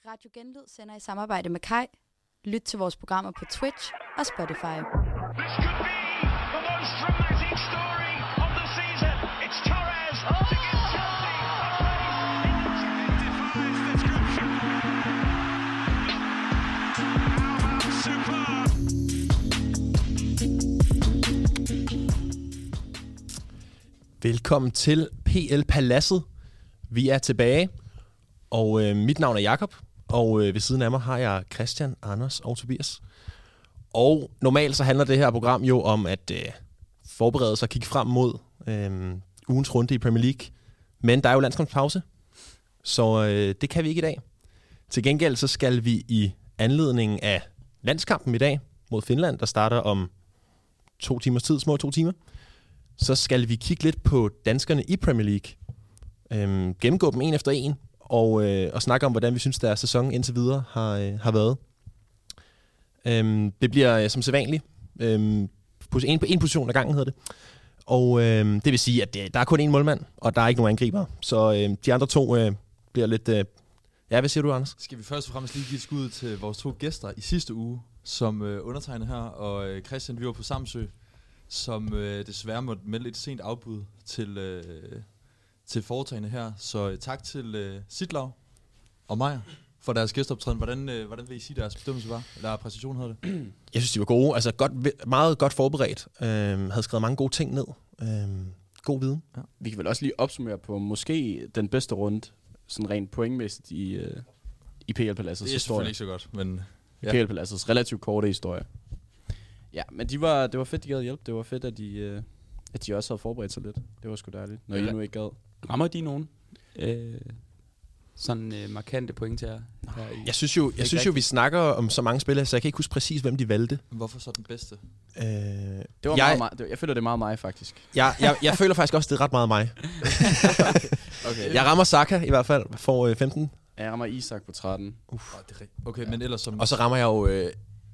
Radio Genlyd sender i samarbejde med Kai. Lyt til vores programmer på Twitch og Spotify. This could be the most dramatic story of the season. It's Torres against Chelsea. It defies description. Superb. Velkommen til PL Paladset. Vi er tilbage, og mit navn er Jakob, og ved siden af mig har jeg Christian, Anders og Tobias. Og normalt så handler det her program jo om at forberede sig og kigge frem mod ugens runde i Premier League. Men der er jo landskampspause, så det kan vi ikke i dag. Til gengæld så skal vi i anledning af landskampen i dag mod Finland, der starter om 2 timers tid, små 2 timer, så skal vi kigge lidt på danskerne i Premier League. Gennemgå dem en efter en, og snakke om, hvordan vi synes, deres sæson indtil videre har været. Det bliver som sædvanligt en position ad gangen, hedder det. Og det vil sige, at der er kun én målmand, og der er ikke nogen angriber. Så de andre to bliver lidt... Ja, hvad siger du, Anders? Skal vi først og fremmest lige give et skud til vores 2 gæster i sidste uge, som undertegnet her, og Christian, vi var på Samsø, som desværre måtte melde et sent afbud til foretagende her. Så tak til Sitlav og Maja for deres gæsteoptræden. Hvordan vil I sige, deres bedømmelse var? Eller præstation hedder det? Jeg synes, de var gode. Altså meget godt forberedt. Havde skrevet mange gode ting ned. God viden. Ja. Vi kan vel også lige opsummere på måske den bedste runde, sådan rent pointmæssigt i PL Paladsets historie. Det er selvfølgelig ikke så godt, men... Ja. PL Paladsets relativt korte historie. Ja, men det var fedt, de gad hjælp. Det var fedt, at de også havde forberedt sig lidt. Det var sgu dejligt, når I nu ikke gad. Rammer de nogen sådan markante point til jer? Jeg synes jo, vi snakker om så mange spillere, så jeg kan ikke huske præcis, hvem de valgte. Hvorfor så den bedste? Det var jeg føler, det er meget mig, faktisk. Jeg føler faktisk også, det er ret meget mig. Okay. Jeg rammer Saka i hvert fald for 15. Jeg rammer Isak på 13. Okay, men ellers som... Og så rammer jeg jo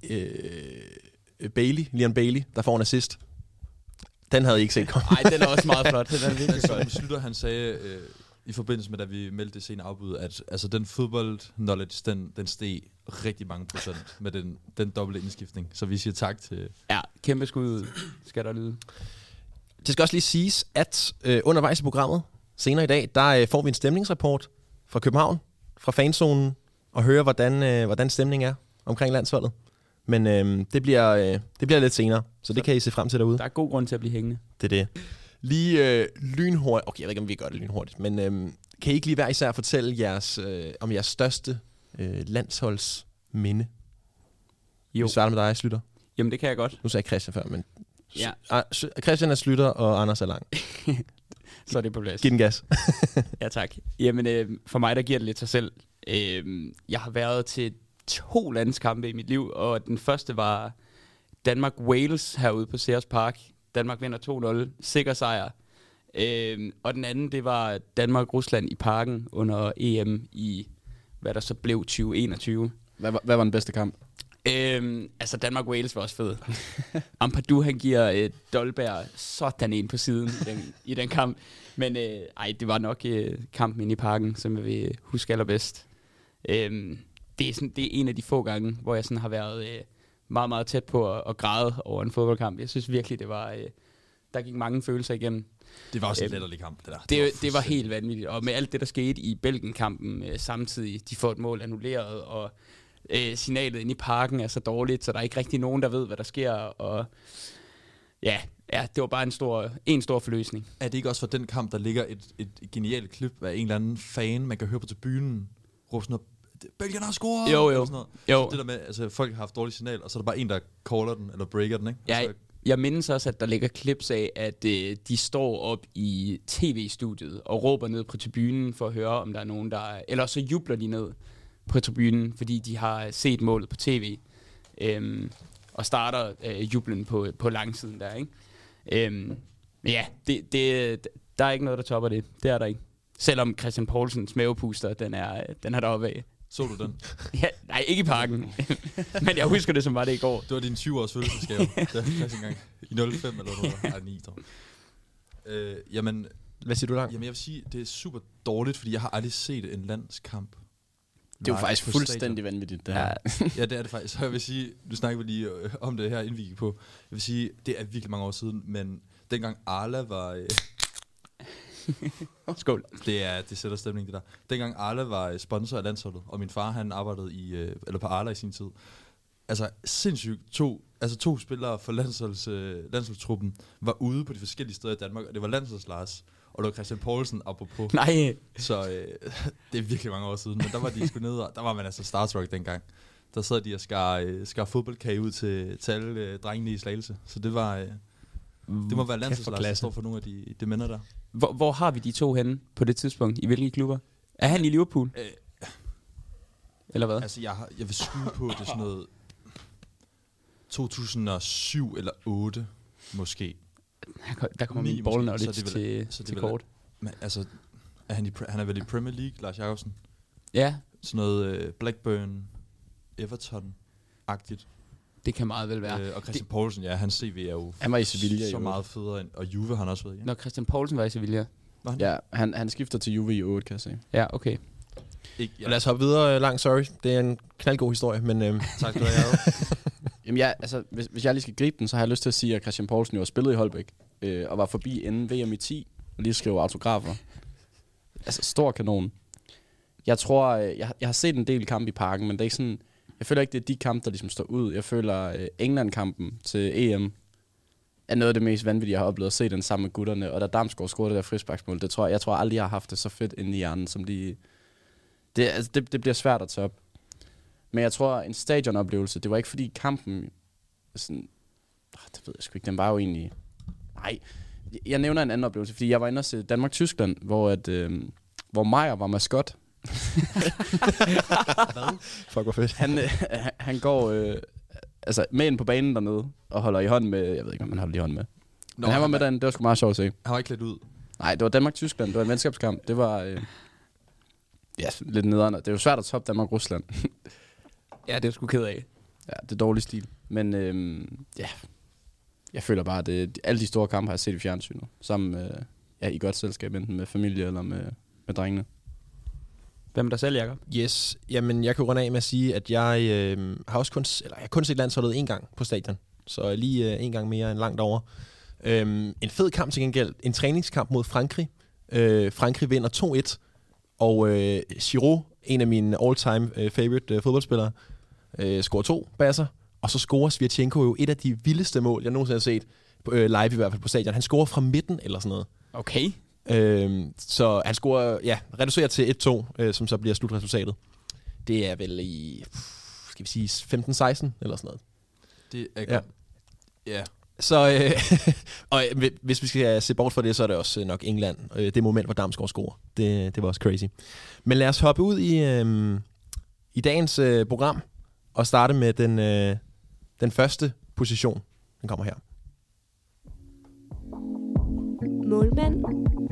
Leon Bailey, der får en assist. Den havde I ikke set komme. Nej, den er også meget flot. Den er virkelig flot. Slutter, han sagde i forbindelse med, da vi meldte det sene afbud, at altså, den fodbold-knowledge, den steg rigtig mange procent med den dobbelte indskiftning. Så vi siger tak til... Ja, kæmpe skud skal der lyde. Det skal også lige siges, at undervejs i programmet, senere i dag, der får vi en stemningsrapport fra København, fra fanzonen, og høre, hvordan stemningen er omkring landsholdet. Men det bliver lidt senere, så det kan I se frem til derude. Der er god grund til at blive hængende. Det er det. Lige lynhurtigt. Okay, jeg ved ikke, om vi gør det lynhurtigt, men kan I ikke lige hver især fortælle om jeres største landsholdsminde? Jo. Vi starter med dig, Slytter. Jamen, det kan jeg godt. Nu sagde jeg Christian før, men... Ja. Christian er Slytter, og Anders er Lang. Så er det på plads. Giv den gas. Ja, tak. Jamen, for mig, der giver det lidt sig selv. Jeg har været til 2 landskampe i mit liv, og den første var Danmark-Wales herude på Sears Park. Danmark vinder 2-0, sikker sejr. Og den anden, det var Danmark-Rusland i parken under EM i, hvad der så blev 2021. Hvad var den bedste kamp? Altså Danmark-Wales var også fed. Ampadu, han giver Dolberg sådan en på siden i den kamp. Men det var nok kampen inde i parken, som jeg vil huske allerbedst. Det er en af de få gange, hvor jeg sådan har været meget, meget tæt på at græde over en fodboldkamp. Jeg synes virkelig, det var der gik mange følelser igennem. Det var også en letterlig kamp, det der. Det var helt vanvittigt. Og med alt det, der skete i Belgien-kampen samtidig, de får et mål annulleret, og signalet inde i parken er så dårligt, så der er ikke rigtig nogen, der ved, hvad der sker. Og ja, det var bare en stor forløsning. Er det ikke også for den kamp, der ligger et genialt klip af en eller anden fan, man kan høre på tribunen, råbe sådan noget, Belgien har scoret! Jo. Så det der med, altså folk har haft dårligt signal, og så er der bare en, der caller den, eller breaker den, ikke? Ja, altså, jeg mindes også, at der ligger klips af, at de står op i tv-studiet og råber ned på tribunen for at høre, om der er nogen, der... Eller så jubler de ned på tribunen, fordi de har set målet på tv. Og starter jublen på langsiden der, ikke? Ja, der er ikke noget, der topper det. Det er der ikke. Selvom Christian Poulsens mavepuster, den er deroppe af. Så du den? Ja, nej, ikke i parken. Men jeg husker det, som var det i går. Det var din 20-års fødselsdagsgave. Det er engang i 05 eller noget. Nej, 9, tror jeg. Jamen, hvad siger du, Lang? Jamen, jeg vil sige, det er super dårligt, fordi jeg har aldrig set en landskamp Det er jo faktisk på fuldstændig vanvittigt, det her. Ja, det er det faktisk. Så jeg vil sige, nu snakker vi lige om det her, inden vi gik på. Jeg vil sige, det er virkelig mange år siden, men dengang Arla var... Skål. Det sætter stemning, det der. Dengang Arla var sponsor af landsholdet, og min far, han arbejdede eller på Arla i sin tid. Altså, sindssygt to spillere for landsholdstruppen var ude på de forskellige steder i Danmark, og det var landsholdslars, og det var Christian Poulsen, apropos. Nej. Så det er virkelig mange år siden, men der var de sgu nede, og der var man altså starstruck dengang. Der sad de og skar fodboldkage ud til alle drengene i Slagelse. Så det var... det må være landsholdslars, der står for nogle af de mænd der. Hvor har vi de to henne på det tidspunkt? I hvilke klubber? Er han i Liverpool? Eller hvad? Altså, jeg vil skyde på, det er sådan noget 2007 eller 8 måske. Der kommer min ball knowledge til kort. Men, altså, han er vel i Premier League, Lars Jacobsen? Ja. Sådan noget Blackburn, Everton-agtigt. Det kan meget vel være. Og Christian Poulsen, ja, hans CV er jo han var i Sevilla, så meget federe end, og Juve har han også været igen. Når Christian Poulsen var i Sevilla. Ja, han skifter til Juve i 8, kan jeg se. Ja, okay. Ikke, ja. Lad os hoppe videre langt, sorry. Det er en knaldgod historie, men tak skal du have. Jamen altså, hvis jeg lige skal gribe den, så har jeg lyst til at sige, at Christian Poulsen jo har spillet i Holbæk, og var forbi inden VM i 10, og lige skrev autografer. Altså, stor kanon. Jeg tror, jeg har set en del kampe i Parken, men det er ikke sådan... Jeg føler ikke, det er de kampe, der ligesom står ud. Jeg føler, England-kampen til EM er noget af det mest vanvittige, jeg har oplevet at se den sammen med gutterne. Og da Damsgaard scorede det der frisparksmål, jeg tror aldrig, jeg har haft det så fedt inde i hjernen, som de... Det bliver svært at tage op. Men jeg tror, en stadionoplevelse, det var ikke fordi kampen... Sådan, det ved jeg sgu ikke, den var jo egentlig... Nej, jeg nævner en anden oplevelse, fordi jeg var inde og se Danmark-Tyskland, hvor Meier var maskot. Hvad? Fuck, hvor fedt. Han går med ind på banen dernede og holder i hånd med... Jeg ved ikke, om man holder i hånd med. Men han var med derinde, det var sgu meget sjovt at se. Han var ikke klædt ud? Nej, det var Danmark-Tyskland, det var en venskabskamp. Det var lidt nederen. Det er jo svært at toppe Danmark-Rusland. Ja, det er sgu ked af. Ja, det er dårlig stil. Men jeg føler bare, at alle de store kampe har jeg set i fjernsynet. Sammen i godt selskab, enten med familie eller med drengene. Hvem er der selv, Jacob? Yes, jamen jeg kan runde af med at sige, at jeg har også jeg har kun set landsholdet en gang på stadion. Så lige en gang mere end langt over. En fed kamp til gengæld. En træningskamp mod Frankrig. Frankrig vinder 2-1. Og Giroud, en af mine all-time favorite fodboldspillere, scorer 2 basser. Og så scorer Svirchenko jo et af de vildeste mål, jeg nogensinde har set, live i hvert fald på stadion. Han scorer fra midten eller sådan noget. Okay. Så han scorer, reducerer til 1-2, som så bliver slutresultatet. Det er vel i, skal vi sige, 15-16 eller sådan noget. Det er godt. Ja. Så, og hvis vi skal se bort fra det, så er det også nok England. Det moment, hvor Damsgaard scorer. Det var også crazy. Men lad os hoppe ud i dagens program og starte med den første position. Den kommer her. Målmand.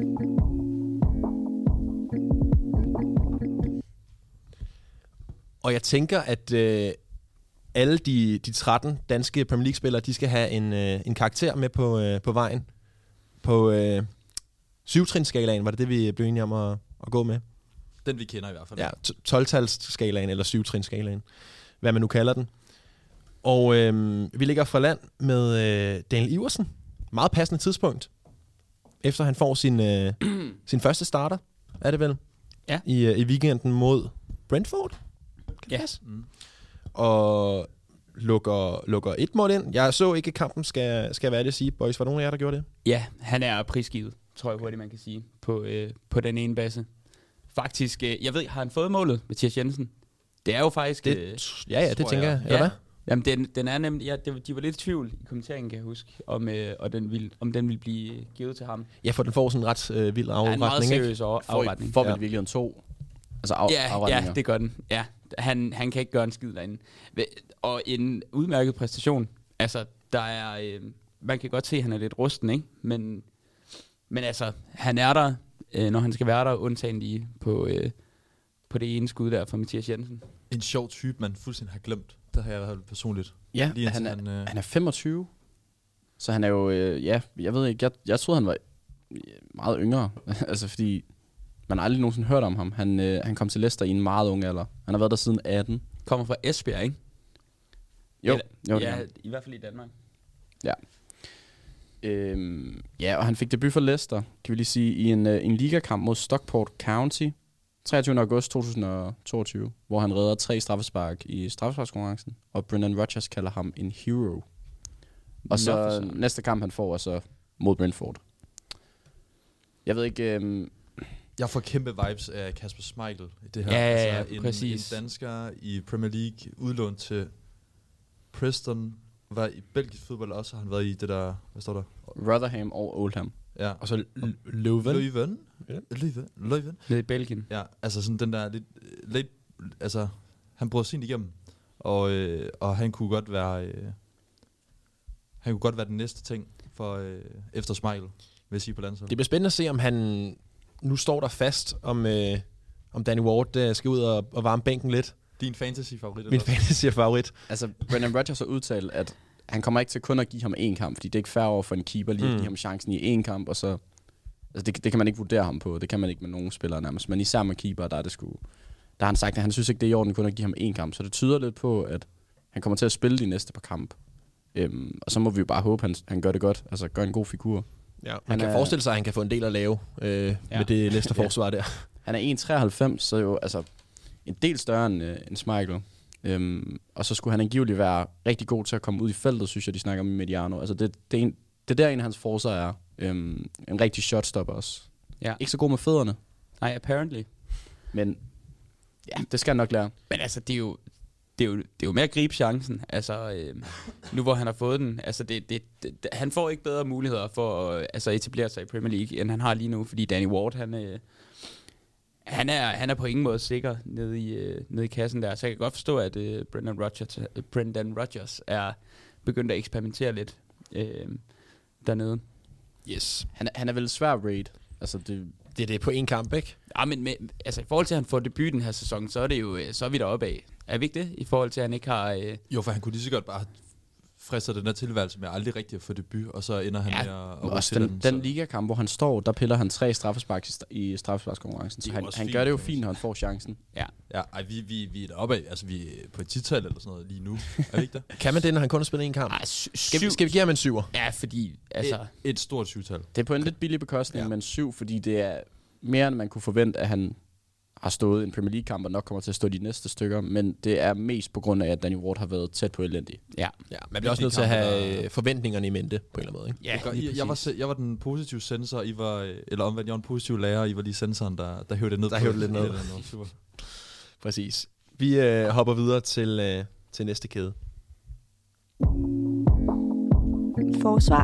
Og jeg tænker, at alle de 13 danske Premier League-spillere, de skal have en karakter med på vejen. På 7-trinsskalaen, var det vi blev enige om at gå med? Den vi kender i hvert fald. Ja, 12-talsskalaen eller 7-trinsskalaen. Hvad man nu kalder den. Og vi ligger fra land med Daniel Iversen. Meget passende tidspunkt. Efter han får sin første starter, er det vel? Ja. I weekenden mod Brentford. Ja. Og lukker et mål ind. Jeg så ikke kampen, skal være det at sige. Boys, var der nogen af jer, der gjorde det? Ja, han er prisgivet, tror jeg hurtigt, man kan sige, på den ene base. Faktisk, jeg ved, har han fået målet, Mathias Jensen? Det er jo faktisk... Det tænker jeg. Eller hvad? Jamen, den er nemlig... de var lidt i tvivl i kommenteringen, kan jeg huske, om den ville blive givet til ham. Ja, for den får sådan en ret vild afretning, en meget seriøs afretning. Får vi virkelig en 2? Altså afretninger? Ja, det gør den. Ja, han kan ikke gøre en skid derinde. Og en udmærket præstation. Altså, der er... man kan godt se, at han er lidt rusten, ikke? Men altså, han er der, når han skal være der, undtagen lige på det ene skud der fra Mathias Jensen. En sjov type, man fuldstændig har glemt. Det har jeg været personligt. Ja, han er 25. Så han er jo... jeg ved ikke, jeg troede, han var meget yngre. Altså, fordi Man har aldrig nogensinde hørt om ham. Han kom til Leicester i en meget ung alder. Han har været der siden 18. Kommer fra Esbjerg, ikke? Jo, Eller, det er ja, han. i hvert fald i Danmark. Ja. Ja, og han fik debut for Leicester, kan vi lige sige, i en ligakamp mod Stockport County 23. august 2022, hvor han redder 3 straffespark i straffesparkskonkurrencen, og Brendan Rodgers kalder ham en hero. Og så næste kamp, han får, er så mod Brentford. Jeg ved ikke... Jeg får kæmpe vibes af Kasper Schmeichel i det her. Ja, præcis. En dansker i Premier League, udlånt til Preston, var i belgisk fodbold også, har han været i det der, hvad står der? Rotherham og Oldham. Ja. Og så Leuven. Leuven. Nede i Belgien. Ja, altså sådan den der lidt altså han brød sent igennem, og han kunne godt være den næste ting for efter Schmeichel, vil jeg sige på landsholdet. Det bliver spændende at se, om han nu står der fast, om Danny Ward skal ud og varme bænken lidt. Din fantasy-favorit? Min fantasy-favorit. Altså, Brendan Rodgers har udtalt, at han kommer ikke til kun at give ham én kamp, fordi det er ikke fair over for en keeper lige at give ham chancen i én kamp, og så... Altså, det kan man ikke vurdere ham på. Det kan man ikke med nogen spillere nærmest. Men især med keeper, der har han sagt, at han synes ikke, det er i orden kun at give ham én kamp. Så det tyder lidt på, at han kommer til at spille de næste par kamp. Og så må vi jo bare håbe, at han gør det godt. Altså, gør en god figur. Ja, man kan forestille sig, at han kan få en del at lave med det Leicester-forsvar der. Han er 1,93, så jo altså en del større end Schmeichel. Og så skulle han angiveligt være rigtig god til at komme ud i feltet, synes jeg, de snakker om i Mediano. Altså det er der en af hans forser er. En rigtig shotstopper også. Ja. Ikke så god med fødderne. Nej, apparently. Men ja, det skal han nok lære. Men altså, det er jo med at gribe chancen. Altså, nu hvor han har fået den. Altså, han får ikke bedre muligheder for at etablere sig i Premier League, end han har lige nu. Fordi Danny Ward, han er på ingen måde sikker nede i kassen der. Så jeg kan godt forstå, at Brendan Rodgers er begyndt at eksperimentere lidt dernede. Yes. Han er vel svær at rate. Altså, Det er på en kamp, ikke? Ja, men altså, i forhold til, at han får debut den her sæson, så er vi deroppe af. Er vi ikke det? I forhold til, at han ikke har... Jo, for han kunne lige så godt bare frister den der tilværelse med aldrig rigtig at få debut, og så ender han med at også den ligakamp, hvor han står, der piller han 3 straffespark i straffesparkskonkurrencen. Så han gør det jo fint, når han får chancen. Ja, ej, vi er deroppe af. Altså, vi er på et 10-tal eller sådan noget lige nu. Er vi ikke der? Kan man det, når han kun har spillet en kamp? Skal vi give ham en 7'er? Ja, fordi... Altså, et stort 7-tal. Det er på en lidt billig bekostning, men 7, fordi det er mere, end man kunne forvente, at han har stået en Premier League-kamp, og nok kommer til at stå de næste stykker, men det er mest på grund af, at Danny Ward har været tæt på elendig. Ja, man bliver også nødt til at have forventningerne i mente, på en eller anden måde. Ikke? Ja, jeg var den positive sensor, I var, eller omvendt, jeg var en positiv lærer, I var lige sensoren, der hævde det ned. Der hævde lidt ned. Super. Præcis. Vi hopper videre til næste kæde. Forsvar.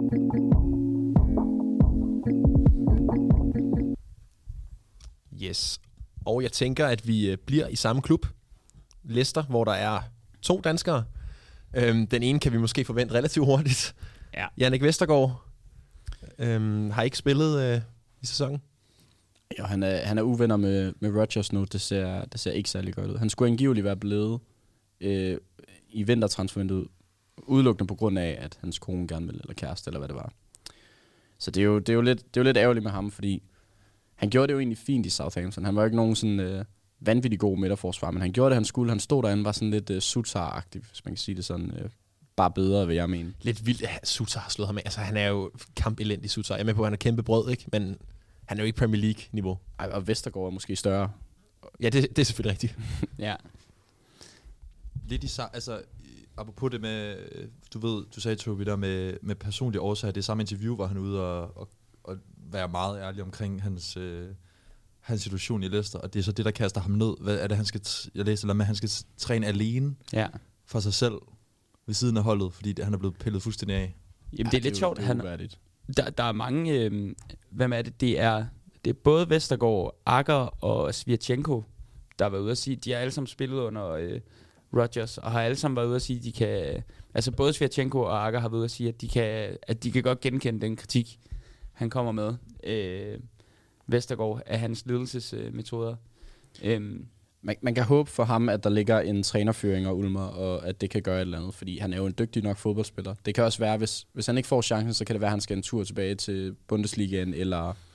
Yes. Og jeg tænker, at vi bliver i samme klub, Leicester, hvor der er 2 danskere. Den ene kan vi måske forvente relativt hurtigt. Ja. Jannik Vestergaard har ikke spillet i sæsonen. Jo, han er uvenner med Rodgers nu. Det ser ikke særlig godt ud. Han skulle angiveligt være blevet i vintertransfervinduet, udelukkende på grund af, at hans kone gerne ville, eller kæreste, eller hvad det var. Så det er jo lidt ærgerligt med ham, fordi han gjorde det jo egentlig fint i Southampton. Han var jo ikke nogen sådan vanvittig god midterforsvar, men han gjorde det, han skulle. Han stod derinde, var sådan lidt Sutar-agtig, hvis man kan sige det sådan. Bare bedre, vil jeg mene. Lidt vildt, at Sutar har slået ham af. Altså, han er jo kampelendig, Sutar. Jeg er med på, at han er kæmpe brød, ikke? Men han er jo ikke Premier League-niveau. Ej, og Vestergaard er måske større. Ja, det er selvfølgelig rigtigt. Ja. Lidt altså, apropos det med, du sagde, Tobi, der med personlige årsager, det samme interview, hvor han ude og være meget ærlig omkring hans situation i Leicester, og det er så det, der kaster ham ned. Hvad er det, jeg læste med, at han skal træne alene for sig selv ved siden af holdet, fordi han er blevet pillet fuldstændig af. Jamen, det er lidt sjovt. Der er mange... hvem er det? Det er både Vestergaard, Akker og Svirchenko, der har været ude at sige, de har alle sammen spillet under Rodgers, og har alle sammen været ude at sige, de kan... Altså, både Svirchenko og Akker har været ude at sige, at de kan godt genkende den kritik, han kommer med. Vestergaard af hans ledelsesmetoder. Man kan håbe for ham, at der ligger en trænerføring og ulmer, og at det kan gøre et eller andet, fordi han er jo en dygtig nok fodboldspiller. Det kan også være, hvis han ikke får chancen, så kan det være, at han skal en tur tilbage til Bundesligaen, eller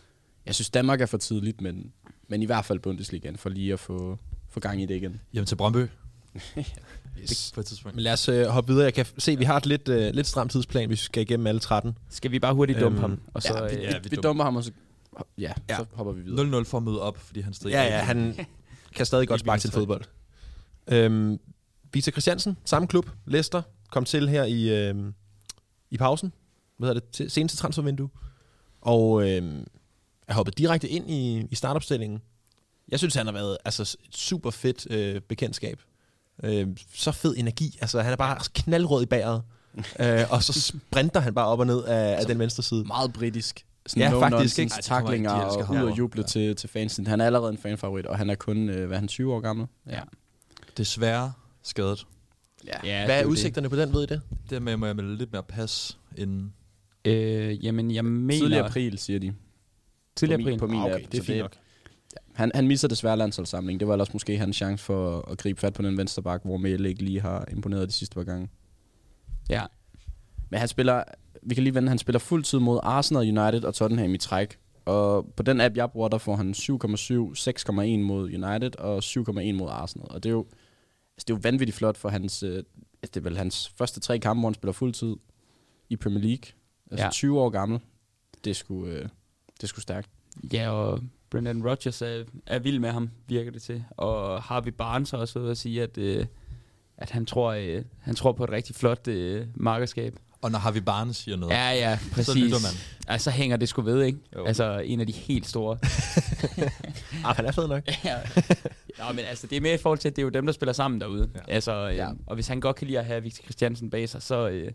Jeg synes, Danmark er for tidligt, men i hvert fald Bundesligaen, for lige at få gang i det igen. Jamen til Brøndby. Yes. På et tidspunkt. Men lad os hoppe videre. Jeg kan se, at vi har et lidt stram tidsplan, hvis vi skal igennem alle 13. Skal vi bare hurtigt dumpe ham? Og så, Vi dumper ham, og så, så hopper vi videre. 0-0 for at møde op, fordi han stadig... Ja, han kan stadig godt sparke til fodbold. Victor Christiansen, samme klub, Leicester, kom til her i pausen. Hvad hedder det? Seneste transfervindue. Og er hoppet direkte ind i startopstillingen. Jeg synes, han har været et super fedt bekendtskab. Så fed energi. Altså, han er bare knaldrød i bæret. Og så sprinter han bare op og ned af den venstre side. Meget britisk. Ja, faktisk. Ikke? Tacklinger og ud og juble til fansen. Han er allerede en fanfavorit, og han er kun, hvad er han, 20 år gammel? Ja. Desværre skadet. Ja, hvad er udsigterne på den, ved I det? Dermed må jeg melde lidt mere pas inden... Jamen, jeg mener... Tidlig april, siger de. Tidlig april? På min okay, app. det er fint nok. Han misser desværre landsholdssamling. Det var ellers måske hans chance for at gribe fat på den venstre bak, hvor Mæle ikke lige har imponeret de sidste par gange. Ja. Men han spiller, vi kan lige vende, han spiller fuldtid mod Arsenal, United og Tottenham i træk. Og på den app, jeg bruger, der får han 7,7, 6,1 mod United og 7,1 mod Arsenal. Og det er jo vanvittigt flot for hans, det er vel hans første 3 kampe, hvor han spiller fuldtid i Premier League. Altså 20 år gammel. Det er sgu stærkt. Ja, og Brendan Rodgers er vild med ham, virker det til. Og Harvey Barnes har også været at sige, at han tror på et rigtig flot markerskab. Og når Harvey Barnes siger noget, ja, præcis. så lytter man. Altså, så hænger det sgu ved, ikke? Jo. Altså, en af de helt store. Han er fed nok. Ja. Nå, men altså, det er mere i forhold til, at det er jo dem, der spiller sammen derude. Ja. Altså, og hvis han godt kan lide at have Victor Christiansen bag sig,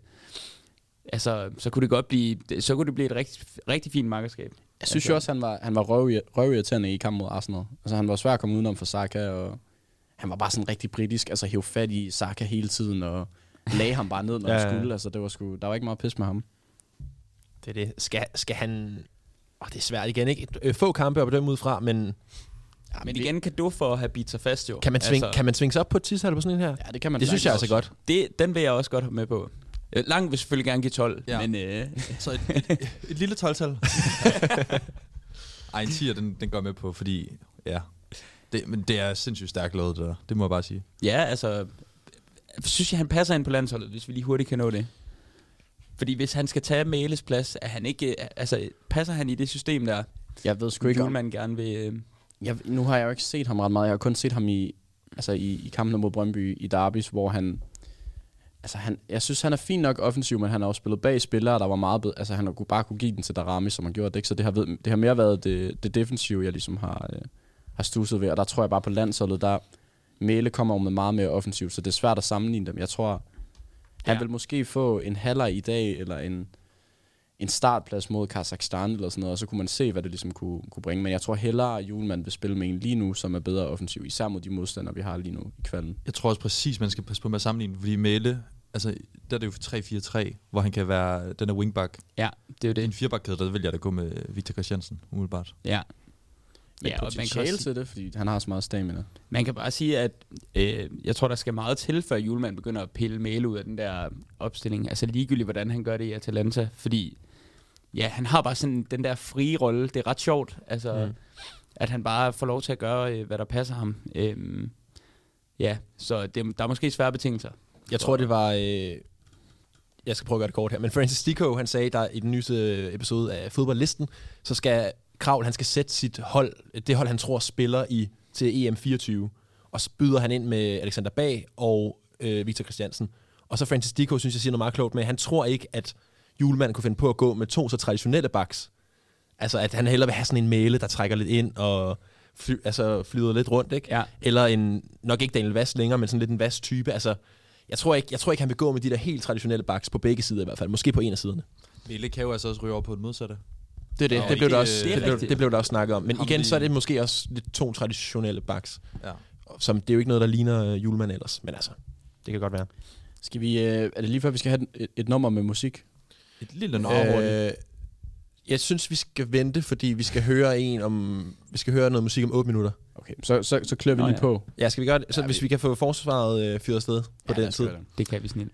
så kunne det godt blive, et rigtig, rigtig fint markerskab. Jeg synes jo også, han var røvirriterende i kampen mod Arsenal. Altså, han var svær at komme udenom for Saka, og han var bare sådan rigtig britisk, altså hæv fat i Saka hele tiden, og lagde ham bare ned, når han skulle. Altså, der var ikke meget pis med ham. Det er det. Skal han... det er svært igen, ikke? Få kampe at bedømme ud fra, men... Ja, men igen kan du for at have bidt sig fast, jo. Kan man svinge sig op på et tidshal på sådan en her? Ja, det kan man. Det synes jeg altså godt. Den vil jeg også godt have med på. Langt vil selvfølgelig gerne give 12, men... Så et lille 12-tal. Ej, en 10'er, den går med på, fordi... Ja, men det er sindssygt stærkt lavet, det der. Det må jeg bare sige. Ja, altså... Synes jeg, han passer ind på landsholdet, hvis vi lige hurtigt kan nå det. Fordi hvis han skal tage Mæles plads, er han ikke... Altså, passer han i det system der? Jeg ved sgu ikke, om man gerne vil... Nu har jeg jo ikke set ham ret meget. Jeg har kun set ham i kampen mod Brøndby i derbys, hvor han... Altså, jeg synes, han er fint nok offensiv, men han har også spillet bag spillere, der var meget bedre. Altså, han bare kunne give den til Darami, som han gjorde det, ikke? Så det har mere været det defensive, jeg ligesom har stusset ved. Og der tror jeg bare på landsholdet, der Mæle kommer med meget mere offensivt, så det er svært at sammenligne dem. Jeg tror, han vil måske få en halvleg i dag, eller en startplads mod Kazakhstan, eller sådan noget, og så kunne man se, hvad det ligesom kunne bringe. Men jeg tror hellere, at Hjulmand vil spille med en lige nu, som er bedre offensiv, især mod de modstandere, vi har lige nu i kvalden. Jeg tror også præcis, man skal passe på med at sammenligne, fordi Mæle, altså, der er det jo 3-4-3, hvor han kan være, den er wingback. Ja, det er jo det. En 4-bakkæde, der vil jeg da gå med Victor Christiansen, umiddelbart. Ja. Men potentiale til det, fordi han har så meget stamina. Man kan bare sige, at jeg tror, der skal meget til, før Hjulmand begynder at pille Mæle ud af den der opstilling. Altså ligegyldigt, hvordan han gør det i Atalanta, fordi ja, han har bare sådan den der frie rolle. Det er ret sjovt, altså, at han bare får lov til at gøre, hvad der passer ham. Så der er måske svære betingelser. Jeg tror, det var... jeg skal prøve at gøre det kort her. Men Francis Dico, han sagde der i den nyeste episode af Fodboldlisten, så skal Kravl, han skal sætte sit hold, det hold, han tror spiller til EM24. Og så byder han ind med Alexander Bag og Victor Christiansen. Og så Francis Dico, synes jeg, siger noget meget klogt med, han tror ikke, at Hjulmand kunne finde på at gå med 2 så traditionelle backs. Altså, at han hellere vil have sådan en Mæle, der trækker lidt ind og flyder lidt rundt, ikke? Ja. Eller nok ikke Daniel Vast længere, men sådan lidt en Vast-type. Altså, jeg tror ikke, han vil gå med de der helt traditionelle backs på begge sider i hvert fald. Måske på en af siderne. Mæle kan jo altså også ryge over på et modsatte. Det er det. Nå, Det blev ikke, det blev der også snakket om. Men igen, så er det måske også lidt 2 traditionelle backs. Ja. Som, det er jo ikke noget, der ligner Hjulmand ellers. Men altså, det kan godt være. Skal vi, er det lige før, vi skal have et nummer med musik? Et lille nummer. Jeg synes, vi skal vente, fordi vi skal høre noget musik om 8 minutter. Okay, så klør vi lige på. Ja, skal vi gøre det? Så hvis vi kan få forsvaret fyret afsted på den tid. Det kan vi snilt.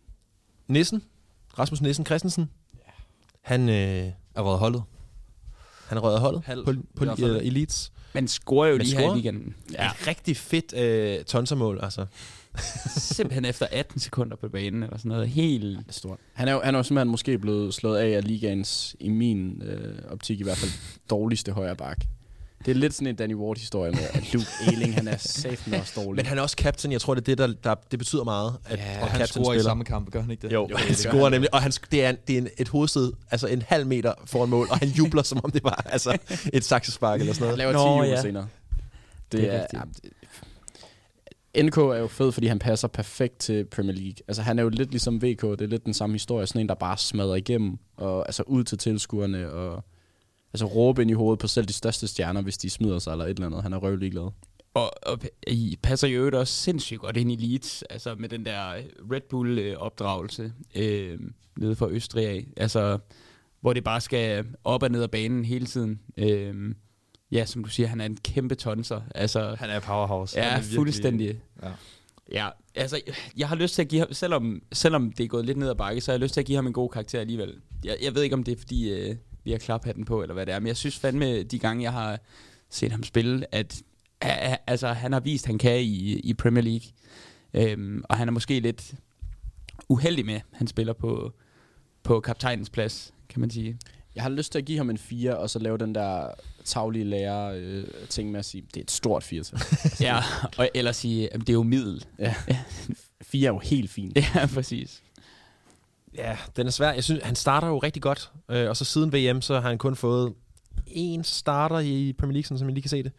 Rasmus Nissen Christensen. Han er været holdet. Han rød holdet Halv, på i hvert fald. Elites. Man scorer jo Men lige her scorer? i weekenden. Ja, Et rigtig fedt tonsermål, altså. simpelthen efter 18 sekunder på banen, eller sådan noget. Helt... Stort. Han er jo simpelthen måske blevet slået af ligaens, i min optik i hvert fald, dårligste højre bak. Det er lidt sådan en Danny Ward-historie med, at Luke Ayling, han er satme også dårlig. Men han er også captain. Jeg tror, det er det, det betyder meget, at Ja, at Og han captain scorer i spiller. samme kamp, gør han ikke det? Jo, han scorer nemlig. Og det er et hovedsted, altså en halv meter foran mål, og han jubler, som om det var altså, et saksespark eller sådan Han noget. laver 10 Nå, uger ja. senere. Det er rigtigt. NK er jo fed, fordi han passer perfekt til Premier League. Altså han er jo lidt ligesom VK, det er lidt den samme historie. Sådan en, der bare smadrer igennem, og altså ud til tilskuerne, og altså råbe ind i hovedet på selv de største stjerner, hvis de smider sig eller et eller andet. Han er røvlig glad. Og I passer jo øvrigt også sindssygt godt ind i Leeds, altså med den der Red Bull-opdragelse nede fra Østrig af. Altså, hvor det bare skal op og ned af banen hele tiden. Ja, som du siger, han er en kæmpe tonser. Altså, Han er powerhouse. ja, Han er virkelig- fuldstændig. Ja. Ja, altså, jeg har lyst til at give ham, selvom det er gået lidt ned ad bakke, så har jeg lyst til at give ham en god karakter alligevel. Jeg ved ikke, om det er, fordi vi har klaphatten på, eller hvad det er, men jeg synes fandme, de gange, jeg har set ham spille, at altså, han har vist, han kan i Premier League. Og han er måske lidt uheldig med, han spiller på kaptajnens plads, kan man sige. Jeg har lyst til at give ham en 4, og så lave den der taglige lærer ting med at sige, det er et stort 4 til. Ja, og ellers sige, at det er jo middel. Ja. 4 er jo helt fint. Ja, præcis. Ja, den er svær. Jeg synes, han starter jo rigtig godt. Og så siden VM, så har han kun fået én starter i Premier League, sådan som jeg lige kan se det.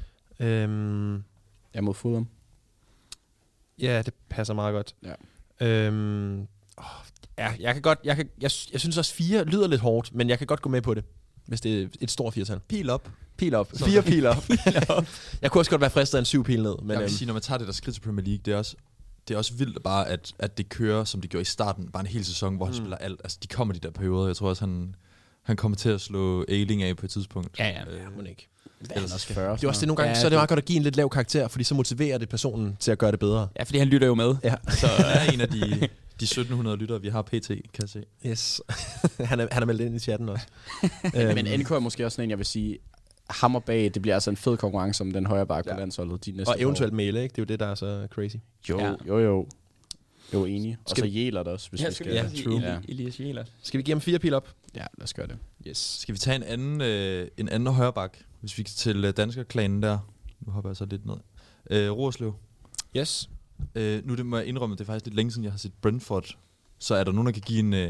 Jeg mod Fulham. Ja, det passer meget godt. Ja. Ja, jeg synes også 4 lyder lidt hårdt, men jeg kan godt gå med på det, hvis det er et stort 4-tal. Pil op. Pil op. 4 pil op. Jeg kunne også godt være fristet af en 7 pil ned. Men Jeg vil sige, når man tager det der skridt til Premier League, det er også vildt bare, at det kører, som det gjorde i starten, bare en hel sæson, hvor han spiller alt. Altså, de kommer de der perioder. Jeg tror også, han kommer til at slå Ayling af på et tidspunkt. Ja. må ikke. Ellers også 40. Det er også det nogle gange, Ja, så er det meget godt at give en lidt lav karakter, fordi så motiverer det personen til at gøre det bedre. Ja, fordi han lytter jo med. Ja. Så, Han er en af de 1700 lyttere, vi har pt, kan jeg se. Yes. han er meldt ind i chatten også. Men NK er måske også sådan en, jeg vil sige, hammer bag, det bliver altså en fed konkurrence om den højre bak på landsholdet de næste Og eventuelt år. Mæle, ikke? Det er jo det, der er så crazy. Jo. Jo, enig. Og Skal så Jæler det også, hvis vi skal. ja, true. Ja. Elias Jæler. Skal vi give ham 4 pil op? Ja, lad os gøre det. Yes. Skal vi tage en anden højrebak, hvis vi kan til danskerklanen der? Nu hopper jeg så lidt ned. Roerslev. Yes. Nu det må jeg indrømme, det er faktisk lidt længe siden, jeg har set Brentford. Så er der nogen, der kan give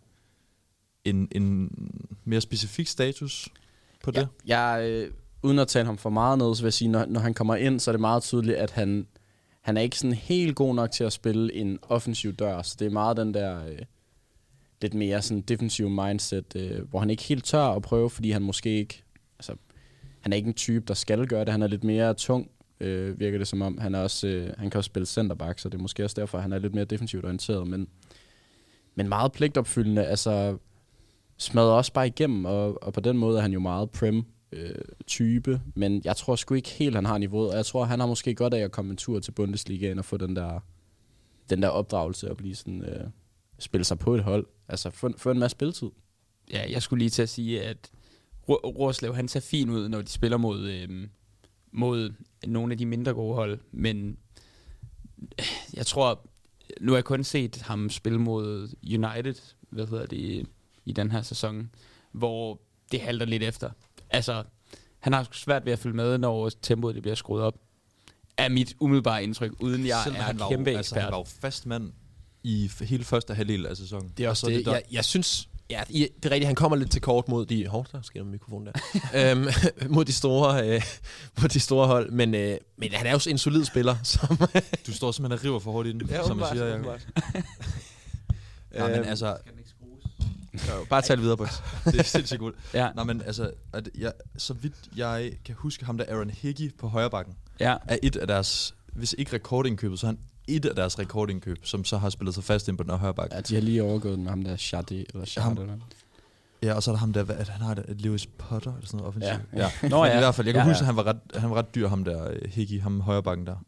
en mere specifik status på det? Jeg, uden at tale ham for meget ned, så vil jeg sige, når han kommer ind, så er det meget tydeligt, at han er ikke sådan helt god nok til at spille en offensiv dør. Så det er meget den der lidt mere sådan defensiv mindset, hvor han ikke helt tør at prøve, fordi han måske ikke, altså han er ikke en type, der skal gøre det. Han er lidt mere tung, virker det som om. Han er også, han kan også spille centerback, så det er måske også derfor, han er lidt mere defensivt orienteret, men meget pligtopfyldende, altså smadrer også bare igennem, og på den måde er han jo meget type, men jeg tror sgu ikke helt, han har niveauet, og jeg tror, han har måske godt af at komme en tur til Bundesligaen og få den der opdragelse og blive sådan, spille sig på et hold, altså få en masse spilletid. Ja, jeg skulle lige til at sige, at Roerslev, han ser fin ud, når de spiller mod nogle af de mindre gode hold, men jeg tror, nu har jeg kun set ham spille mod United, i den her sæson, hvor det halter lidt efter. Altså, han har svært ved at følge med, når tempoet det bliver skruet op. Er mit umiddelbare indtryk, uden jeg Selvom er han var kæmpe jo, ekspert. Han var jo fast mand i hele første halvdel af sæsonen. Det er også Og så det. Jeg synes, ja, det er rigtigt, han kommer lidt til kort mod de... der sker der mikrofon der. mod de store hold, men han er jo en solid spiller. Som Du står simpelthen og river for hårdt i den, som man siger. Nej, men altså, bare tal videre, boys. det er sindssygt godt. Ja. Nej, men altså, så vidt jeg kan huske ham der Aaron Hickey på højrebakken, Ja. er et af deres, hvis ikke rekordindkøbet, så er han et af deres rekordindkøb, som så har spillet sig fast ind på den her højrebakke. Ja, de har lige overgået den med ham der Shadi, eller Shadi, eller Ja, og så er der ham der, han har et Lewis Potter, eller sådan noget offensivt. Ja. Nå, ja. I hvert fald, jeg kan Ja, huske, at han var ret dyr, ham der Hickey, ham højrebakken der.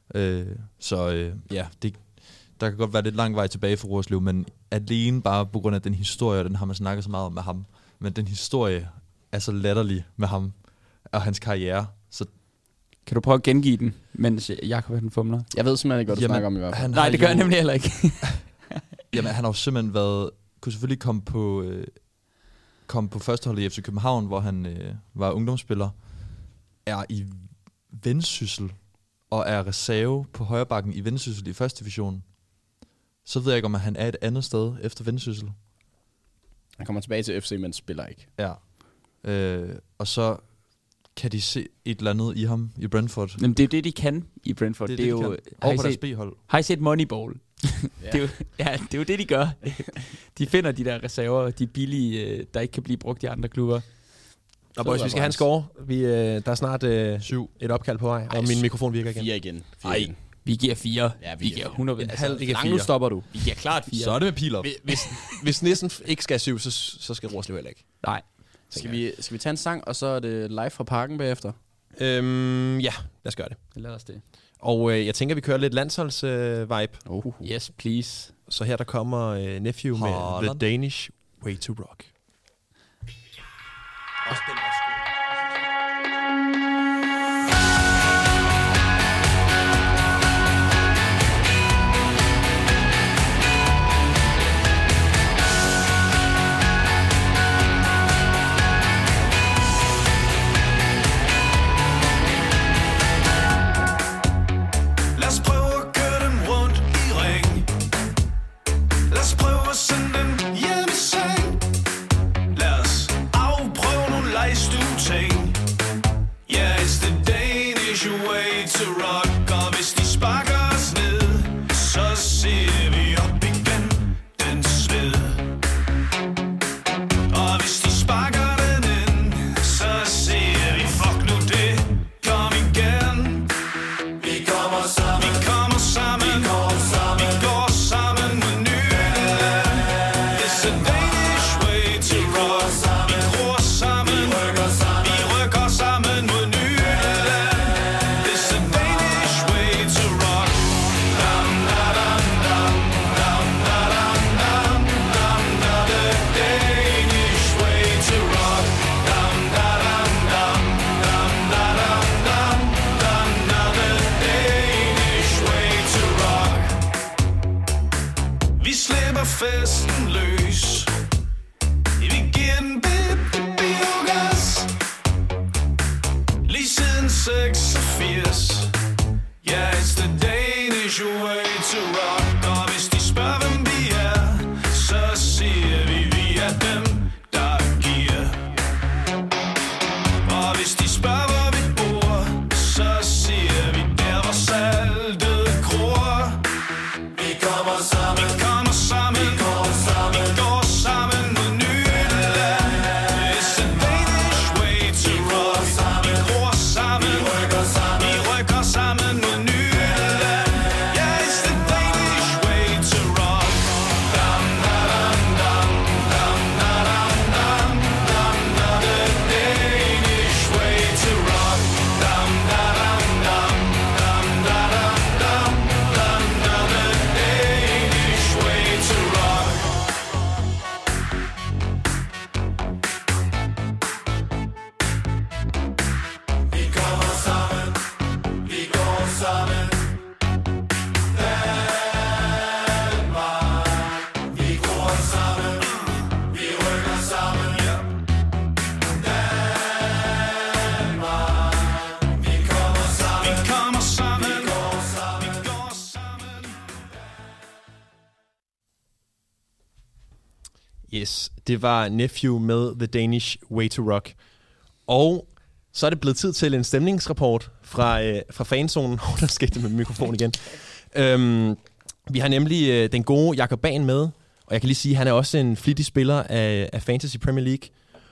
Ja, der kan godt være lidt lang vej tilbage for Roerslev, men alene bare på grund af den historie, den har man snakket så meget om med ham, men den historie er så latterlig med ham og hans karriere. Så Kan du prøve at gengive den, mens Jakob han fumler? Jeg ved simpelthen ikke, hvad du snakker om i hvert fald. Nej, det gør jeg nemlig heller ikke. Jamen, han har jo simpelthen kunne selvfølgelig komme på førsteholdet i FC København, hvor han var ungdomsspiller, er i Vendsyssel og er reserve på højrebakken i Vendsyssel i første division. Så ved jeg ikke, om han er et andet sted efter Vendsyssel. Han kommer tilbage til FC, men spiller ikke. Ja. Og så kan de se et eller andet i ham i Brentford. Jamen, det er jo det, de kan i Brentford. Det er jo Har over I på deres set, B-hold. har I set Moneyball? Ja. det er jo det, de gør. De finder de der reserver, de billige, der ikke kan blive brugt i andre klubber. Og boys, vi skal have en score. Der er snart et opkald på vej, og min mikrofon virker igen. 4 igen. Nej, vi giver 4. Ja, vi giver 100. En halv, ikke Langt nu 4. stopper du. Vi giver klart 4. Så er det med pil op. Hvis Nissen ikke skal 7, så skal Rorslev heller ikke. Nej. Skal vi tage en sang, og så er det live fra parken bagefter? Ja, lad os gøre det. Lad os det. Og jeg tænker, vi kører lidt landsholds-vibe. Yes, please. Så her der kommer Nephew med Holland. The Danish Way to Rock. Lad os prøve at køre dem rundt i ring. Lad os prøve at sende dem hjem i seng. Lad os afprøve nogle lejestue-ting. Yeah, it's the Danish way to rock. Og hvis de sparker os ned, så ser vi op igen den sved. Og hvis de sparker den ind, så ser vi fuck nu det. Kom igen. Vi kommer sammen, vi går sammen med Nyland. It's a Danish way to rock. Vi gror sammen, vi rykker sammen mod Nyland. It's a Danish way to rock. Dam da dam dam dam da dam dam dam da. The Danish way to rock. Dam da dam dam dam da dam dam dam da. The Danish way to rock. Vi slipper festen løs. Vi giver den biogas. Lige siden 86. Yeah, it's the Danish way to rock. Og hvis de spørger, hvem vi er, så siger vi er dem, der giver. Og hvis de spørger, hvor vi bor, så siger vi der, hvor saltet gror. Vi kommer sammen, vi går sammen mod Nyland. It's a Danish way to rock. Vi gror sammen, vi rykker sammen mod Nyland. Yeah, it's the Danish way to rock. Dam da dam dam dam da dam dam dam da. The Danish way to rock. Dam da dam dam dam da dam dam dam da. The Danish way to rock. Vi kommer sammen, vi går sammen. Danmark, vi gror sammen, vi rykker sammen. Danmark, vi kommer sammen, vi går sammen. Yes, det var Nephew med The Danish Way to Rock. Og så er det blevet tid til en stemningsrapport fra fanzonen. Der skete med mikrofonen igen. Vi har nemlig den gode Jakob Bahn med, og jeg kan lige sige, at han er også en flittig spiller af Fantasy Premier League,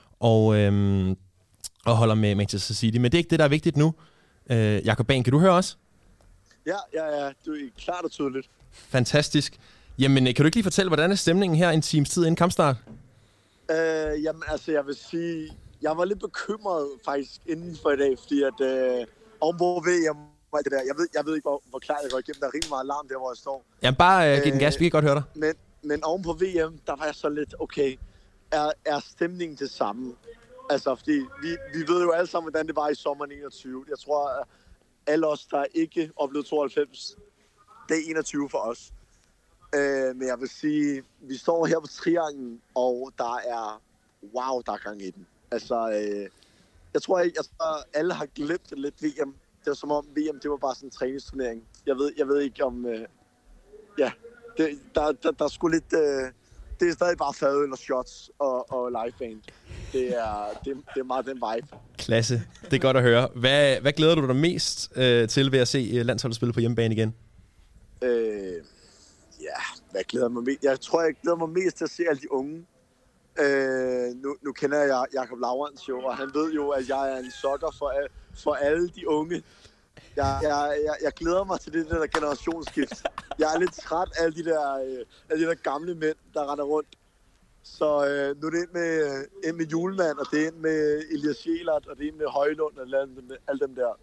og holder med Manchester City. Men det er ikke det, der er vigtigt nu. Jakob Bahn, kan du høre os? Ja, du er klart og tydeligt. Fantastisk. Jamen, kan du ikke lige fortælle, hvordan er stemningen her en times tid inden kampstart? Jamen, altså, jeg vil sige, jeg var lidt bekymret faktisk inden for i dag, fordi at ovenpå VM og alt det der, jeg ved ikke, hvor klar jeg går igennem, der er rimelig meget larm der, hvor jeg står. Jamen, bare giv den gas, vi kan godt høre dig. Men ovenpå VM, der var jeg så lidt, okay, er stemningen det samme? Altså, fordi vi ved jo alle sammen, hvordan det var i sommeren 21. Jeg tror, at alle os, der ikke oplevede 92, det er 21 for os. Men jeg vil sige, vi står her på trianglen, og der er gang i den. Altså, jeg tror alle har glemt lidt VM. Det var som om VM, det var bare sådan en træningsturnering. Jeg ved ikke om... der er sgu lidt... det er stadig bare fadøl og shots og liveband. Det er meget den vibe. Klasse. Det er godt at høre. Hvad glæder du dig mest til ved at se landsholdet spille på hjemmebane igen? Hvad glæder mig mest? Jeg tror, jeg glæder mig mest til at se alle de unge. Nu kender jeg Jakob Laurens jo, og han ved jo, at jeg er en sokker for alle de unge. Jeg glæder mig til det der generationsskift. Jeg er lidt træt af alle de der gamle mænd, der render rundt. Så nu er det ind med Julemand, og det er ind med Elias Sjælert, og det er ind med Højlund, og alle dem der.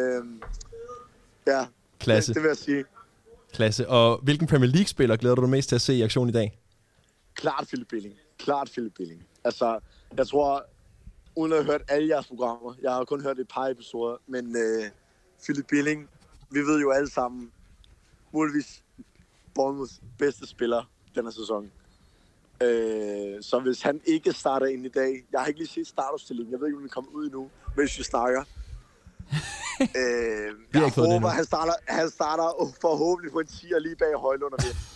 Klasse. Det vil jeg sige. Klasse. Og hvilken Premier League-spiller glæder du dig mest til at se i aktion i dag? Klart Philip Billing. Altså, jeg tror, uden at have hørt alle jeres programmer, jeg har kun hørt et par episoder, men Philip Billing, vi ved jo alle sammen, muligvis Bournemouths bedste spiller denne sæson. Så hvis han ikke starter ind i dag, jeg har ikke lige set startopstillingen, jeg ved ikke, om den kommer ud endnu, mens vi snakker. Jeg håber, han starter forhåbentlig på en 10'er lige bag Højlund og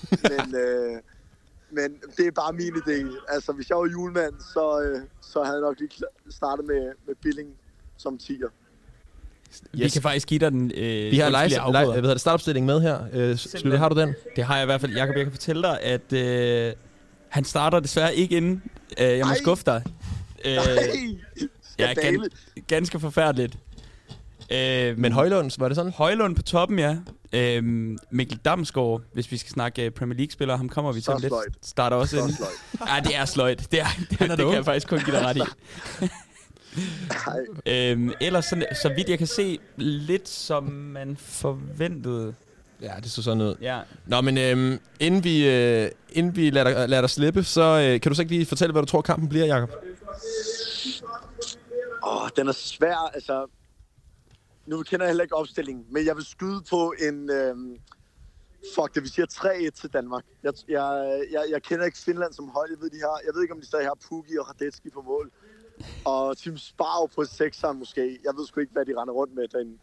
men det er bare min idé. Altså, hvis jeg var julemand, så havde jeg nok lige startet med Billing som 10'er. Vi kan faktisk give dig den. Vi har startopstilling med her. Slutte, har du den? Det har jeg i hvert fald. Jakob, jeg kan fortælle dig, at han starter desværre ikke inden. Jeg må skuffe dig. Ganske forfærdeligt. Men Højlund, var det sådan? Højlund på toppen, ja. Mikkel Damsgaard, hvis vi skal snakke Premier League-spillere, ham kommer vi til lidt. Starter også ind. Ja, det er sløjt. Det kan jeg faktisk kun give dig ret i. Ellers så vidt jeg kan se, lidt som man forventede. Ja, det så sådan ud. Ja. Nå, men inden vi lader dig slippe, så kan du så ikke lige fortælle, hvad du tror kampen bliver, Jakob? Den er svær, altså. Nu kender jeg heller ikke opstillingen, men jeg vil skyde på en... vi siger 3-1 til Danmark. Jeg kender ikke Finland som hold. Jeg ved ikke, om de stadig har Pukki og Radetski på mål. Og Tim Sparv på 6'eren måske. Jeg ved sgu ikke, hvad de render rundt med derinde.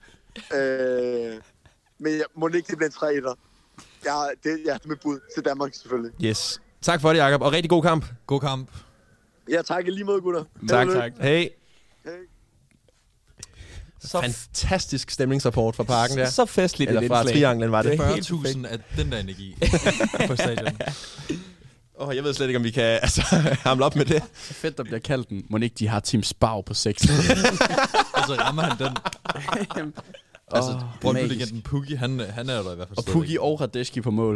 Men må ikke det blive en 3-1'er. Det er med bud til Danmark selvfølgelig. Yes. Tak for det, Jakob. Og rigtig god kamp. God kamp. Ja, tak. Lige måde, gutter. Tak. Hej. Så fantastisk stemningsrapport fra parken der. Så festligt. Eller fra trianglen var det. 40.000 af den der energi på stadion. Jeg ved slet ikke, om vi kan hamle op med det. Så fedt, der bliver kaldt den. Må ikke de har Tim Sparv på 6. Altså rammer han den. Brøndby-legenden Pukki, han er der i hvert fald. Og Pukki og Radetski på mål.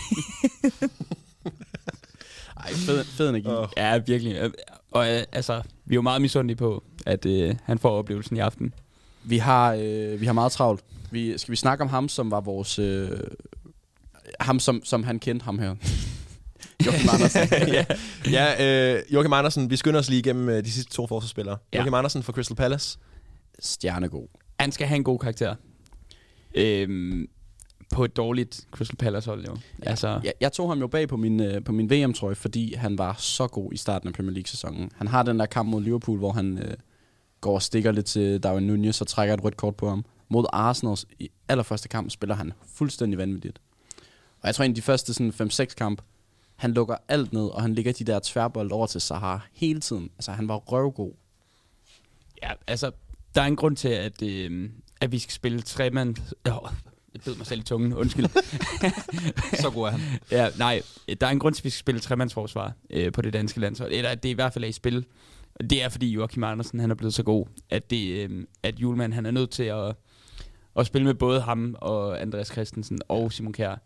Ej, fed energi. Ja, virkelig. Og vi er jo meget misundelige på, at han får oplevelsen i aften. Vi har meget travlt. Skal vi snakke om ham, som var vores... ham, som han kendte ham her? Joachim Andersen. Joachim Andersen. Vi skynder os lige igennem de sidste 2 forsvarsspillere. Ja. Joachim Andersen fra Crystal Palace. Stjernegod. Han skal have en god karakter. På et dårligt Crystal Palace-hold, jo. Ja. Altså. Jeg tog ham jo bag på min VM-trøje, fordi han var så god i starten af Premier League-sæsonen. Han har den der kamp mod Liverpool, hvor han går og stikker lidt til Darwin Nunez og trækker et rødt kort på ham. Mod Arsenal i allerførste kamp spiller han fuldstændig vanvittigt. Og jeg tror, en af de første 5-6 kamp, han lukker alt ned, og han ligger de der tværbold over til Zaha hele tiden. Altså, han var røvgod. Ja, altså, der er en grund til, at vi skal spille 3-mand... Jeg bed mig selv i tungen, undskyld. Så god er han. Ja, nej, der er en grund til, at vi skal spille 3-mandsforsvar på det danske landshold. Eller det er i hvert fald i spil. Det er, fordi Joachim Andersen, han er blevet så god, at Julemand, han er nødt til at spille med både ham og Andreas Christensen og Simon Kjær.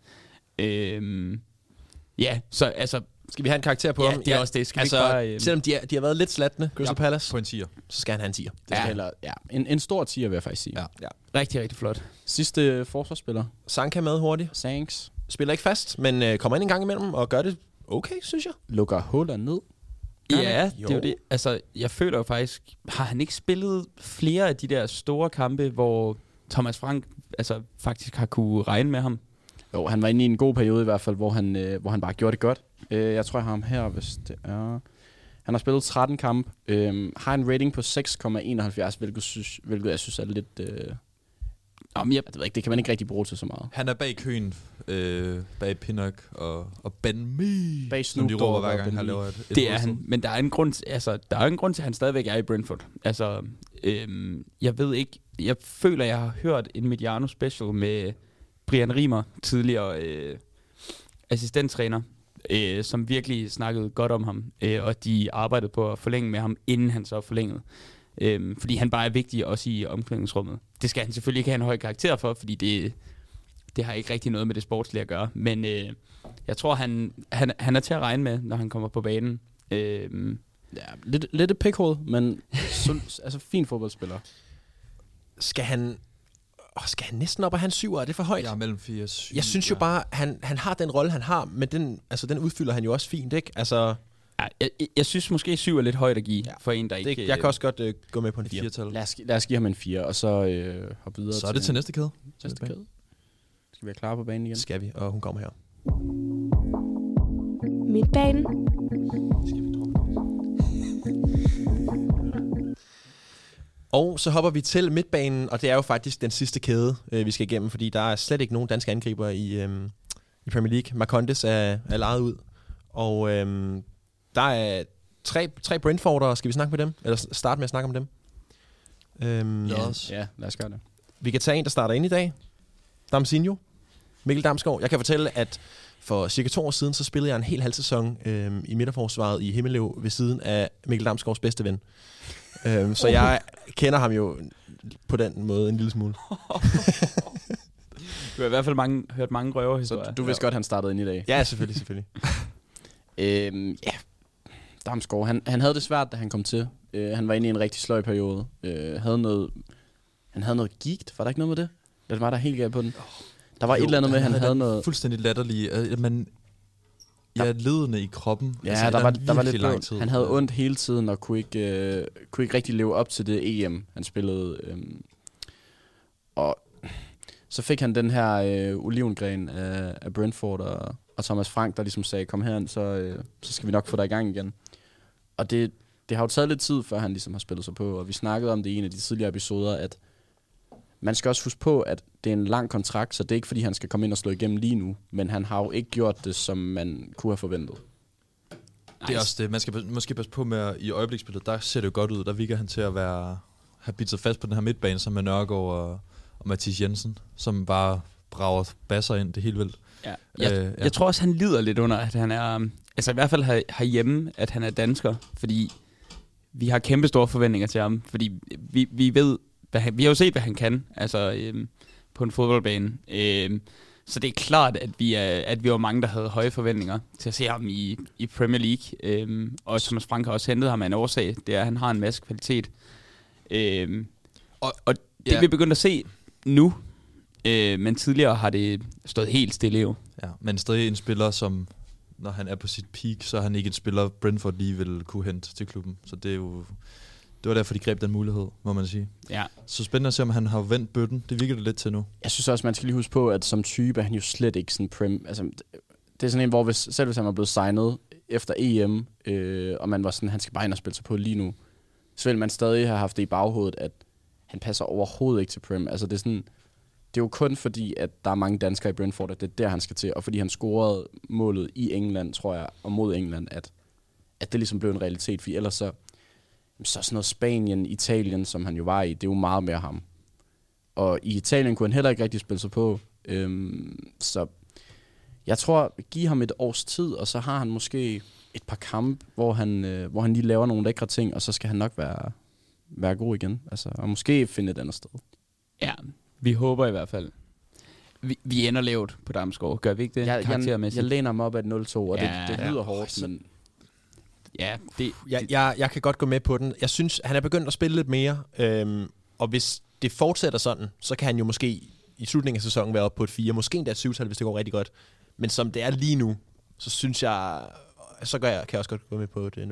Ja, så altså... Skal vi have en karakter på ham? Ja, det er også det. Skal vi ikke bare, selvom de har været lidt slatne, Crystal Palace, på en 10'er, så skal han have en 10'er. En stor 10'er, vil jeg faktisk sige. Ja. Rigtig, rigtig flot. Sidste forsvarsspiller. Sanka med hurtigt. Sanks. Spiller ikke fast, men kommer ind en gang imellem og gør det okay, synes jeg. Lukker huller ned. Ja, Jo. det er jo det. Altså, jeg føler jo faktisk, har han ikke spillet flere af de der store kampe, hvor Thomas Frank faktisk har kunne regne med ham? Jo, han var inde i en god periode i hvert fald, hvor han bare gjorde det godt. Jeg tror, jeg har ham her, hvis det er... Han har spillet 13 kamp, har en rating på 6,71, hvilket jeg synes er lidt... jeg ved ikke, det kan man ikke rigtig bruge til så meget. Han er bag køen, bag Pinnock og Ben Me, Bag som de Snoop råber Dogg hver og gang Ben han Me. laver et Det er målsted. han, men der er en grund til, at han stadigvæk er i Brentford. Altså, jeg ved ikke, jeg føler, jeg har hørt en Mediano special med Brian Riemer, tidligere assistenttræner, som virkelig snakkede godt om ham, og de arbejdede på at forlænge med ham, inden han så forlængede. Fordi han bare er vigtig også i omklædningsrummet. Det skal han selvfølgelig ikke have en høj karakter for, fordi det har ikke rigtig noget med det sportslige at gøre. Men jeg tror, han er til at regne med, når han kommer på banen. Ja, lidt et pikhoved, men altså fin fodboldspiller. Skal han næsten op og have en 7'er? Er det for højt? Ja, mellem 4 og 7. Jeg synes jo bare, han har den rolle, han har, men den udfylder han jo også fint, ikke? Altså, Ja, jeg synes måske 7 er lidt højt at give for en, der ikke... jeg kan også godt gå med på en 4. 4-tal. Lad os give ham en 4, og så hoppe videre Så er det til næste kæde. næste kæde. Skal vi være klar på banen igen? Skal vi, og hun kommer her. Midtbanen. Og så hopper vi til midtbanen, og det er jo faktisk den sidste kæde, vi skal igennem, fordi der er slet ikke nogen danske angriber i Premier League. Marcondes er lejet ud, og der er tre Brentfordere. Skal vi snakke med dem? Eller starte med at snakke om dem? Ja, lad os gøre det. Vi kan tage en, der starter ind i dag. Damsinho. Mikkel Damsgaard. Jeg kan fortælle, at for cirka 2 år siden, så spillede jeg en hel halv sæson i midterforsvaret i Himmelev ved siden af Mikkel Damsgaards bedste ven. Så jeg kender ham jo på den måde en lille smule. Du har i hvert fald hørt mange røverhistorier. Så du vidste godt, han startede ind i dag. Ja, selvfølgelig. Ja, Damsgaard, han havde det svært, da han kom til. Han var inde i en rigtig sløj periode. Han havde noget gigt, var der ikke noget med det? Det var der helt galt på den. Der var et eller andet med, han havde noget... Fuldstændig latterlig. Men ledende i kroppen. Ja, altså, der var lidt lang tid. Han havde ondt hele tiden og kunne ikke rigtig leve op til det EM, han spillede. Og så fik han den her olivengren af Brentford og Thomas Frank, der ligesom sagde, kom herind, så skal vi nok få dig i gang igen. Og det har jo taget lidt tid, før han ligesom har spillet sig på, og vi snakkede om det i en af de tidligere episoder, at man skal også huske på, at det er en lang kontrakt, så det er ikke, fordi han skal komme ind og slå igennem lige nu, men han har jo ikke gjort det, som man kunne have forventet. Det er også det. Man skal måske passe på med, i øjebliksspillet, der ser det jo godt ud. Der virker han til at have bidt sig fast på den her midtbane, som med Nørgaard og Mathias Jensen, som bare brager basser ind. Det er helt vildt. Ja. Jeg tror også, han lider lidt under, at han er... Altså i hvert fald herhjemme, at han er dansker, fordi vi har kæmpe store forventninger til ham. Fordi vi ved... Vi har jo set, hvad han kan, altså på en fodboldbane. Så det er klart, at vi var mange, der havde høje forventninger til at se ham i Premier League. Og Thomas Frank har også hentet ham af en årsag. Det er, at han har en masse kvalitet. Og det vi begyndt at se nu, men tidligere har det stået helt stille jo. Ja, men stadig en spiller, som når han er på sit peak, så er han ikke en spiller, Brentford lige vil kunne hente til klubben. Så det er jo... Det var derfor, de greb den mulighed, må man sige. Ja. Så spændende at se, om han har vendt bøtten. Det virker det lidt til nu. Jeg synes også, man skal lige huske på, at som type er han jo slet ikke sådan altså, det er sådan en, hvor selv hvis han var blevet signet efter EM, og man var sådan, han skal bare ind og spille sig på lige nu, så vil man stadig have haft det i baghovedet, at han passer overhovedet ikke til Prem. Altså det er sådan, det er jo kun fordi, at der er mange danskere i Brentford, at det er der, han skal til, og fordi han scorede målet i England, tror jeg, og mod England, at det ligesom blev en realitet, fordi ellers så sådan noget Spanien, Italien, som han jo var i, det er jo meget mere ham. Og i Italien kunne han heller ikke rigtig spille sig på. Så jeg tror, give ham et års tid, og så har han måske et par kampe, hvor han lige laver nogle lækre ting, og så skal han nok være god igen. Altså, og måske finde et andet sted. Ja, vi håber i hvert fald. Vi ender lavt på Damsgaard, gør vi ikke det? Jeg læner mig op af et 0-2, og Ja, det lyder hårdt, men... Ja, Jeg kan godt gå med på den. Jeg synes, han er begyndt at spille lidt mere, og hvis det fortsætter sådan, så kan han jo måske i slutningen af sæsonen være oppe på et 4, måske endda et 7-tal, hvis det går rigtig godt. Men som det er lige nu, så synes jeg, kan jeg også godt gå med på et 0-2.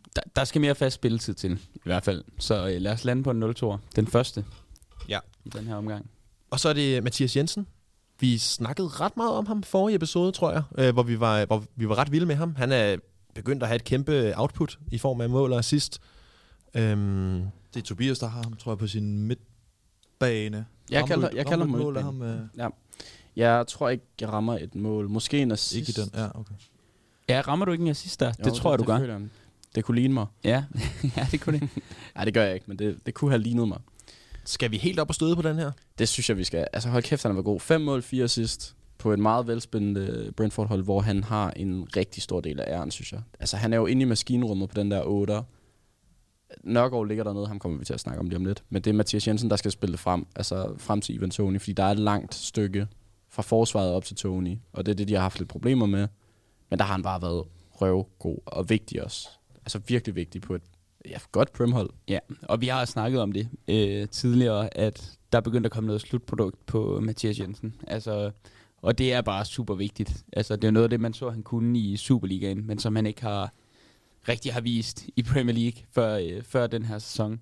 Der skal mere fast spilletid til, i hvert fald. Så lad os lande på en 0-2'er. Den første. Ja. I den her omgang. Og så er det Mathias Jensen. Vi snakkede ret meget om ham forrige episode, tror jeg, hvor vi var ret vilde med ham. Han er begyndt at have et kæmpe output i form af mål og assist. Det er Tobias, der har ham, tror jeg, på sin midtbane. Jeg kalder ham mål af midtbane. ham. Ja. Jeg tror ikke, jeg rammer et mål. Måske en assist. Ikke i den, ja, okay. Ja, rammer du ikke en assist der? Jo, det tror jeg, du gør. føler jeg. Det kunne ligne mig. Ja, ja, det kunne det. Nej, det gør jeg ikke, men det kunne have lignet mig. Skal vi helt op og støde på den her? Det synes jeg, vi skal. Altså hold kæft, han var god. 5 mål, 4 assist på et meget velspændende Brentford-hold, hvor han har en rigtig stor del af æren, synes jeg. Altså han er jo inde i maskinrummet på den der 8'er. Nørgaard ligger dernede, ham kommer vi til at snakke om lige om lidt. Men det er Mathias Jensen, der skal spille det frem til Ivan Toney, fordi der er et langt stykke fra forsvaret op til Toney, og det er det, de har haft lidt problemer med. Men der har han bare været røvgod og vigtig også. Altså virkelig vigtig på et godt Prem-hold. Ja, og vi har snakket om det tidligere, at der er begyndt at komme noget slutprodukt på Mathias Jensen. Altså, og det er bare super vigtigt. Altså, det er noget af det, man så, han kunne i Superligaen, men som han ikke rigtig har vist i Premier League før den her sæson.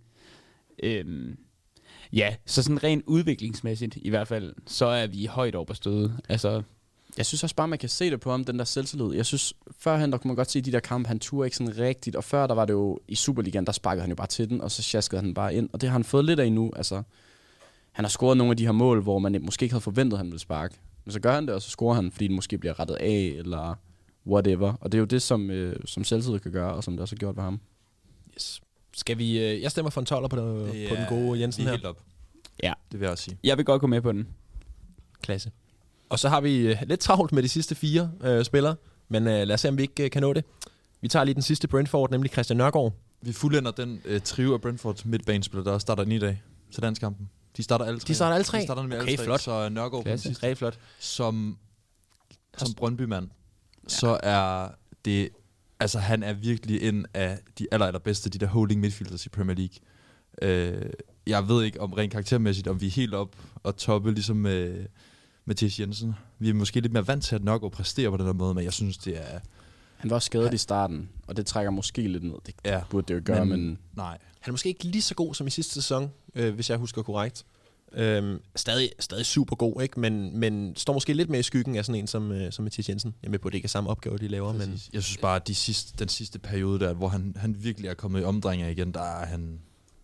Ja, så sådan rent udviklingsmæssigt i hvert fald, så er vi højt over på støde. Altså, jeg synes også bare, man kan se det på ham, den der selvtillid. Jeg synes, førhen, der kunne man godt se de der kampe, han turde ikke sådan rigtigt. Og før, der var det jo i Superligaen, der sparkede han jo bare til den, og så sjaskede han bare ind. Og det har han fået lidt af nu. Altså, han har scoret nogle af de her mål, hvor man måske ikke havde forventet, at han ville sparke. Men så gør han det, og så scorer han, fordi den måske bliver rettet af, eller whatever. Og det er jo det, som selvtillid kan gøre, og som det også har gjort ved ham. Yes. Skal vi... jeg stemmer for en 12'er på den gode Jensen her. Helt op. Ja. Det vil jeg også sige. Jeg vil godt gå med på den. Klasse. Og så har vi lidt travlt med de sidste 4 spillere, men lad os se, om vi ikke kan nå det. Vi tager lige den sidste Brentford, nemlig Christian Nørgaard. Vi fuldender den trio af Brentfords midtbanespillere, der starter i dag til landskampen. De starter alle tre. De starter alle tre? De starter med okay, alle tre. Flot. Så Nørgaard på den sidste. Rigtig flot. Som Brøndby-mand, så er det... Altså, han er virkelig en af de allerbedste, de der holding midfielders i Premier League. Jeg ved ikke om rent karaktermæssigt, om vi er helt op og toppe, ligesom med Mathias Jensen. Vi er måske lidt mere vant til, at Nørgaard præsterer på den her måde, men jeg synes, det er... Han var også skadet i starten, og det trækker måske lidt ned. Det burde det jo gøre, men... Nej. Han er måske ikke lige så god som i sidste sæson, hvis jeg husker korrekt. Stadig super god, ikke? Men står måske lidt mere i skyggen af sådan en som Mathias Jensen. Jeg er med på, at det ikke er samme opgave, de laver. Men jeg synes bare, at den sidste periode der, hvor han virkelig er kommet i omdrejninger igen, der er han...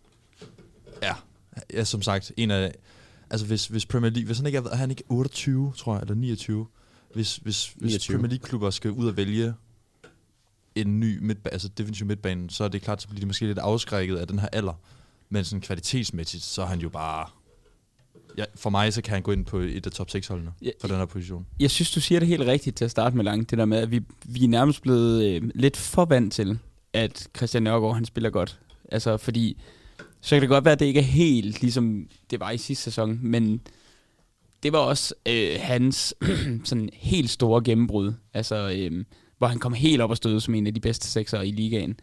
Ja, som sagt, en af... Altså hvis Premier League... Hvis han ikke er han ikke 28, tror jeg, eller 29. Hvis 29. Premier League-klubber skal ud og vælge en ny defensiv midtbane, så er det klart, så bliver de måske lidt afskrækket af den her alder. Men sådan kvalitetsmæssigt, så er han jo bare... Ja, for mig, så kan han gå ind på et af top 6-holdene for den her position. Jeg synes, du siger det helt rigtigt til at starte med, Lang. Det der med, at vi er nærmest blevet lidt for vant til, at Christian Nørgaard, han spiller godt. Altså, fordi... Så kan det godt være, at det ikke er helt ligesom det var i sidste sæson, men det var også hans sådan helt store gennembrud. Altså, hvor han kom helt op og støde som en af de bedste seksere i ligaen.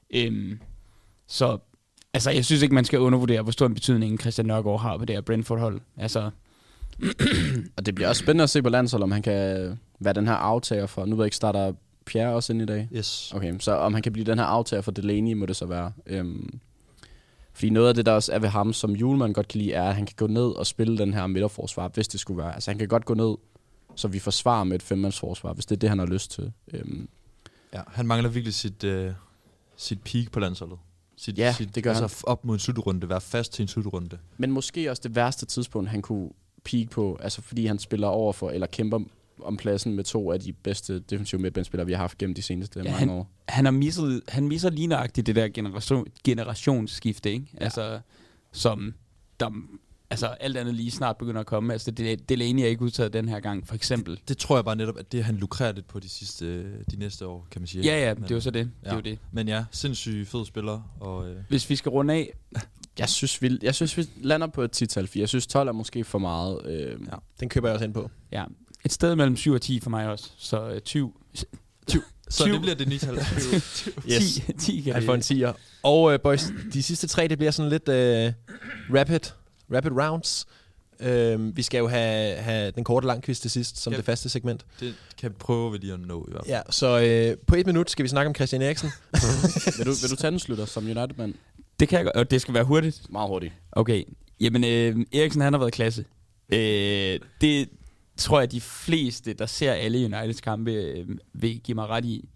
Så altså, jeg synes ikke, man skal undervurdere, hvor stor en betydning Christian Nørgaard har på det her Brentford-hold. Altså. Og det bliver også spændende at se på landshold, om han kan være den her aftager for... Nu ved jeg ikke, starter Pierre også ind i dag? Yes. Okay, så om han kan blive den her aftager for Delaney, må det så være. Fordi noget af det, der også er ved ham, som Hjulmand godt kan lide, er, at han kan gå ned og spille den her midterforsvar, hvis det skulle være. Altså han kan godt gå ned, så vi forsvarer med et 5-mandsforsvar, hvis det er det, han har lyst til. Ja, han mangler virkelig sit peak på landsholdet. Det gør altså han. Op mod en slutrunde, være fast til en slutrunde. Men måske også det værste tidspunkt, han kunne peak på, altså fordi han spiller over for, eller kæmper om pladsen med 2 af de bedste defensive midtbanespillere, vi har haft gennem de seneste mange år. Han misser lige nøjagtigt det der generationsskifte, ikke? Ja. Altså, som der, altså, alt andet lige snart begynder at komme. Altså, Delaney er ikke udtaget den her gang, for eksempel. Det tror jeg bare netop, at det han lukrerer lidt på de næste år, kan man sige. Ja, det er jo så det. Ja. Det er jo det. Men ja, sindssygt fed spiller. Og, Hvis vi skal runde af... Jeg synes, vi lander på et 10-tal, for jeg synes 12 er måske for meget. Ja, den køber jeg også ind på. Ja, et sted mellem 7 og 10 for mig også. Så 20. Så det bliver det 9-tal. Yes. 10 kan han får en 10'er. Og boys, de sidste 3, det bliver sådan lidt rapid rounds. Vi skal jo have den korte lang quiz til sidst, som Yep. det faste segment. Det kan vi prøve lige at nå i hvert fald. Ja, så på 1 minut skal vi snakke om Christian Eriksen. Vil du tage den slutter som United-mand? Det kan jeg godt, og det skal være hurtigt. Meget hurtigt. Okay, jamen Eriksen han har været klasse. Det tror jeg, de fleste, der ser alle Uniteds kampe, vil give mig ret i.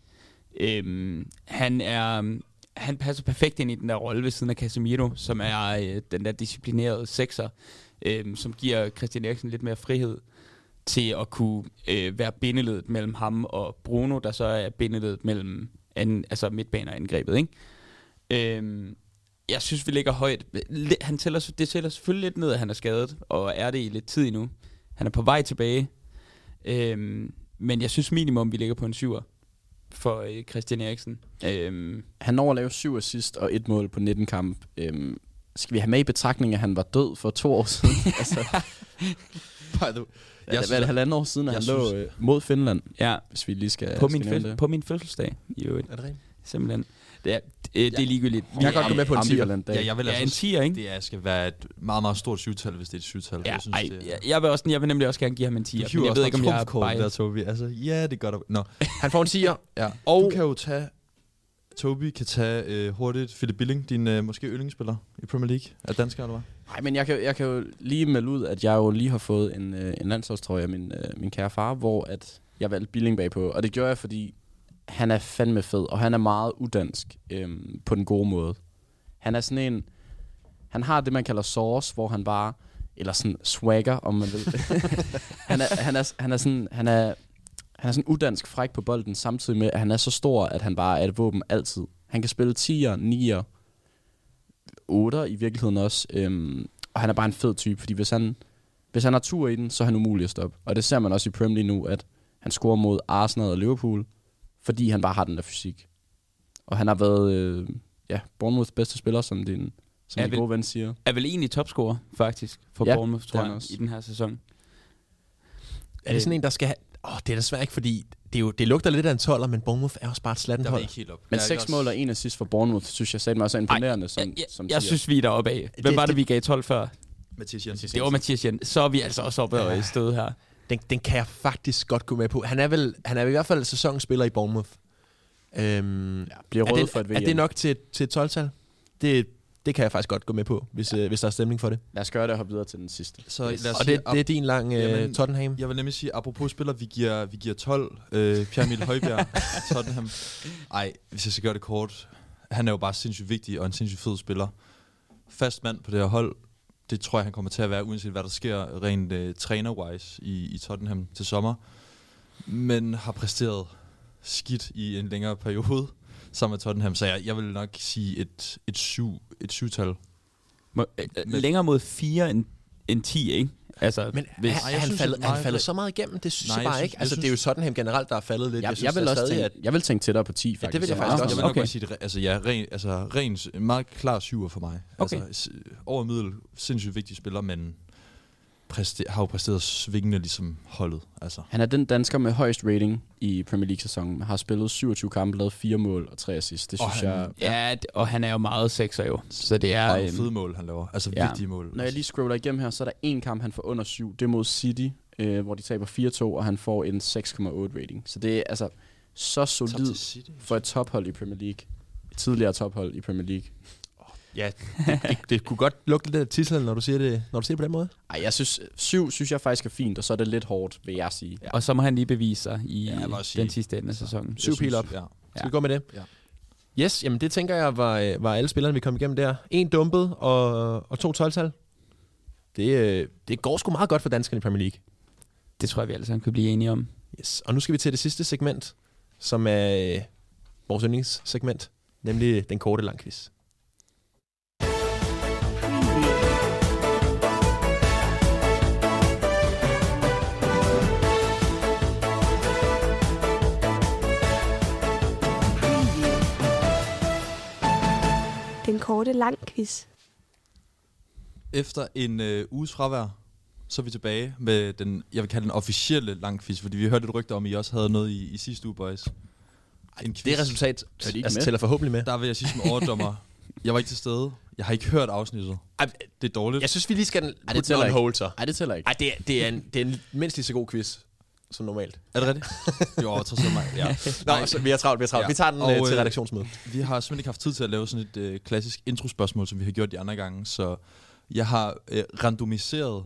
Han passer perfekt ind i den der rolle ved siden af Casemiro, som er den der disciplinerede sekser, som giver Christian Eriksen lidt mere frihed til at kunne være bindeledet mellem ham og Bruno, der så er bindeledet mellem midtbaner og angrebet, ikke? Jeg synes, vi ligger højt. Det tæller selvfølgelig lidt ned, at han er skadet, og er det i lidt tid endnu. Han er på vej tilbage. Men jeg synes minimum, vi ligger på en 7'er for Christian Eriksen. Han når at lave 7 assist og 1 mål på 19 kamp. Skal vi have med i betragtning, at han var død for 2 år siden? Hvad er det 1,5 år siden, at han lå mod Finland? Ja, hvis vi lige skal... På min fødselsdag, i øvrigt. Er det rent? Simpelthen. Det er ligegyldigt. Jeg kan godt gå med på en 10'er. Ja, jeg vil en 10'er, ikke? Det skal være et meget, meget stort 7-tal, hvis det er et 7-tal. Ja, jeg vil nemlig også gerne give ham en 10'er. Jeg ved ikke, om jeg er biased. Toby. Altså, ja, det gør der. Nå. Han får en 10'er. Ja. Og du kan jo tage... Toby kan tage hurtigt Philip Billing, din måske yndlingsspiller i Premier League. Er dansker, eller hvad? Nej, men jeg kan jo lige melde ud, at jeg jo lige har fået en landsholdstrøje af min kære far, hvor at jeg valgte Billing bagpå. Og det gjorde jeg, fordi han er fandme fed, og han er meget udansk på den gode måde. Han er sådan en... Han har det, man kalder sauce, hvor han bare... Eller sådan swagger, om man vil. han er sådan udansk fræk på bolden, samtidig med, at han er så stor, at han bare er et våben altid. Han kan spille 10'er, 9'er, 8'er i virkeligheden også. Og han er bare en fed type, fordi hvis han har tur i den, så er han umulig at stoppe. Og det ser man også i Premier League nu, at han scorer mod Arsenal og Liverpool, fordi han bare har den der fysik. Og han har været Bournemouths bedste spiller, som din gode ven siger. Er vel egentlig topscorer, faktisk, for Bournemouth, tror jeg, i den her sæson. Er det sådan en, der skal have... det er desværre ikke, fordi det lugter lidt af en 12'er, men Bournemouth er også bare et slatten hold. Men 6 mål og 1 assist for Bournemouth, synes jeg sagde mig også er imponerende. Jeg synes, vi er deroppe af. Hvem var det, vi gav 12 før? Mathias Jensen. Det var Mathias Jensen. Så er vi altså også oppe og i støde her. Den kan jeg faktisk godt gå med på. Han er i hvert fald sæsonspiller i Bournemouth. Bliver rød for et VM. Er det nok til et 12-tal? Det kan jeg faktisk godt gå med på, hvis der er stemning for det. Lad os gøre det og hoppe videre til den sidste. Så lad os og det er din lang Tottenham. Jeg vil nemlig sige, apropos spiller, vi giver 12. Pierre-Emil Højbjerg, Tottenham. Ej, hvis jeg skal gøre det kort. Han er jo bare sindssygt vigtig og en sindssygt fed spiller. Fast mand på det her hold. Det tror jeg, han kommer til at være, uanset hvad der sker rent træner-wise i Tottenham til sommer. Men har præsteret skidt i en længere periode sammen med Tottenham, så jeg vil nok sige et 7-tal. Længere mod 4 end 10, ikke? Altså, men han faldet så meget igennem, det synes jeg bare ikke. Altså, det er jo Tottenham generelt, der er faldet lidt. Jeg vil tænke tættere på 10, faktisk. Ja, det vil jeg faktisk også. Jeg vil nok bare sige det. En meget klar 7'er for mig. Okay. Altså, over middel, sindssygt vigtig spiller, men har jo præsteret svingende ligesom holdet. Altså. Han er den dansker med højst rating i Premier League-sæsonen. Har spillet 27 kampe, lavet 4 mål og 3 assist. Det synes jeg... Ja, og han er jo meget sekser jo. Så det er... Og fede mål, han laver. Altså vigtige mål. Når jeg lige scroller igennem her, så er der en kamp, han får under 7. Det er mod City, hvor de taber 4-2, og han får en 6,8 rating. Så det er altså så solid for et tophold i Premier League. Et tidligere tophold i Premier League. Ja, det kunne godt lugte lidt af titlen, når du siger det på den måde. Ej, jeg synes 7 synes jeg faktisk er fint, og så er det lidt hårdt, vil jeg sige. Ja. Og så må han lige bevise sig i den sidste ende af sæsonen. 7 pil op. Ja. Skal vi gå med det? Ja. Yes, jamen det tænker jeg var alle spillerne, vi kom igennem der. 1 dumpet og 2 12-tal. Det går sgu meget godt for danskerne i Premier League. Det tror jeg, vi alle sammen kan blive enige om. Yes, og nu skal vi til det sidste segment, som er vores yndlingssegment, nemlig den korte lang quiz. Den korte lang quiz. Efter en uges fravær, så er vi tilbage med den, jeg vil kalde den officielle lang quiz, fordi vi hørte et rygte om, at I også havde noget i sidste uge, boys. Det resultat tæller forhåbentlig med. Der vil jeg sige som overdommer, Jeg var ikke til stede. Jeg har ikke hørt afsnittet. Ej, Det er dårligt. jeg synes, vi lige skal det putte tæller on ikke. hold, så. Nej, det tæller ikke. Ej, det er en mindst lige så god quiz som normalt. Er det rigtigt? Jo, jeg tror så mig. Ja. Nå, så vi er travlt. Ja. Vi tager den Og, til redaktionsmødet. Vi har simpelthen ikke haft tid til at lave sådan et klassisk introspørgsmål, som vi har gjort de andre gange, så jeg har randomiseret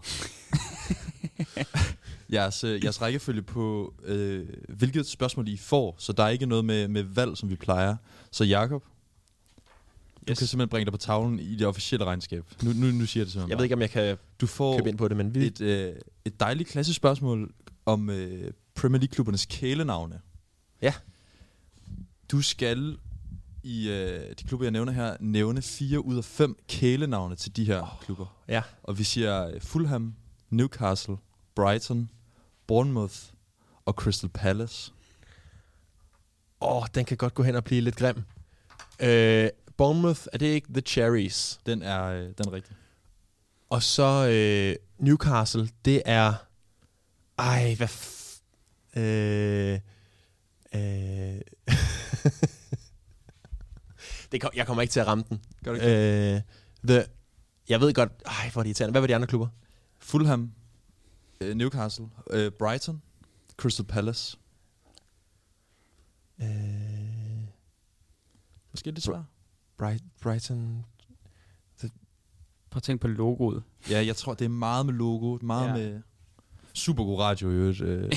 jeres rækkefølge på, hvilket spørgsmål I får, så der er ikke noget med valg, som vi plejer. Så Jakob, du kan simpelthen bringe dig på tavlen i det officielle regnskab. Nu siger jeg det simpelthen. Jeg ved ikke, om jeg kan Du får købe ind på det, men vi... et dejligt klassisk spørgsmål om Premier League-klubbernes kælenavne. Ja. Du skal i de klubber, jeg nævner her, nævne 4 ud af 5 kælenavne til de her klubber. Ja. Og vi siger Fulham, Newcastle, Brighton, Bournemouth og Crystal Palace. Den kan godt gå hen og blive lidt grim. Bournemouth, er det ikke The Cherries? Den er rigtig. Og så Newcastle, det er... Ej, hvad... jeg kommer ikke til at ramme den. Gør du ikke? Jeg ved godt... Ej, hvor er det irriterende. Hvad var de andre klubber? Fulham, Newcastle, Brighton, Crystal Palace. Måske lidt svært. Brighton... Prøv at tænke på logoet. Ja, jeg tror, det er meget med logo, meget med super god radio i øvrigt.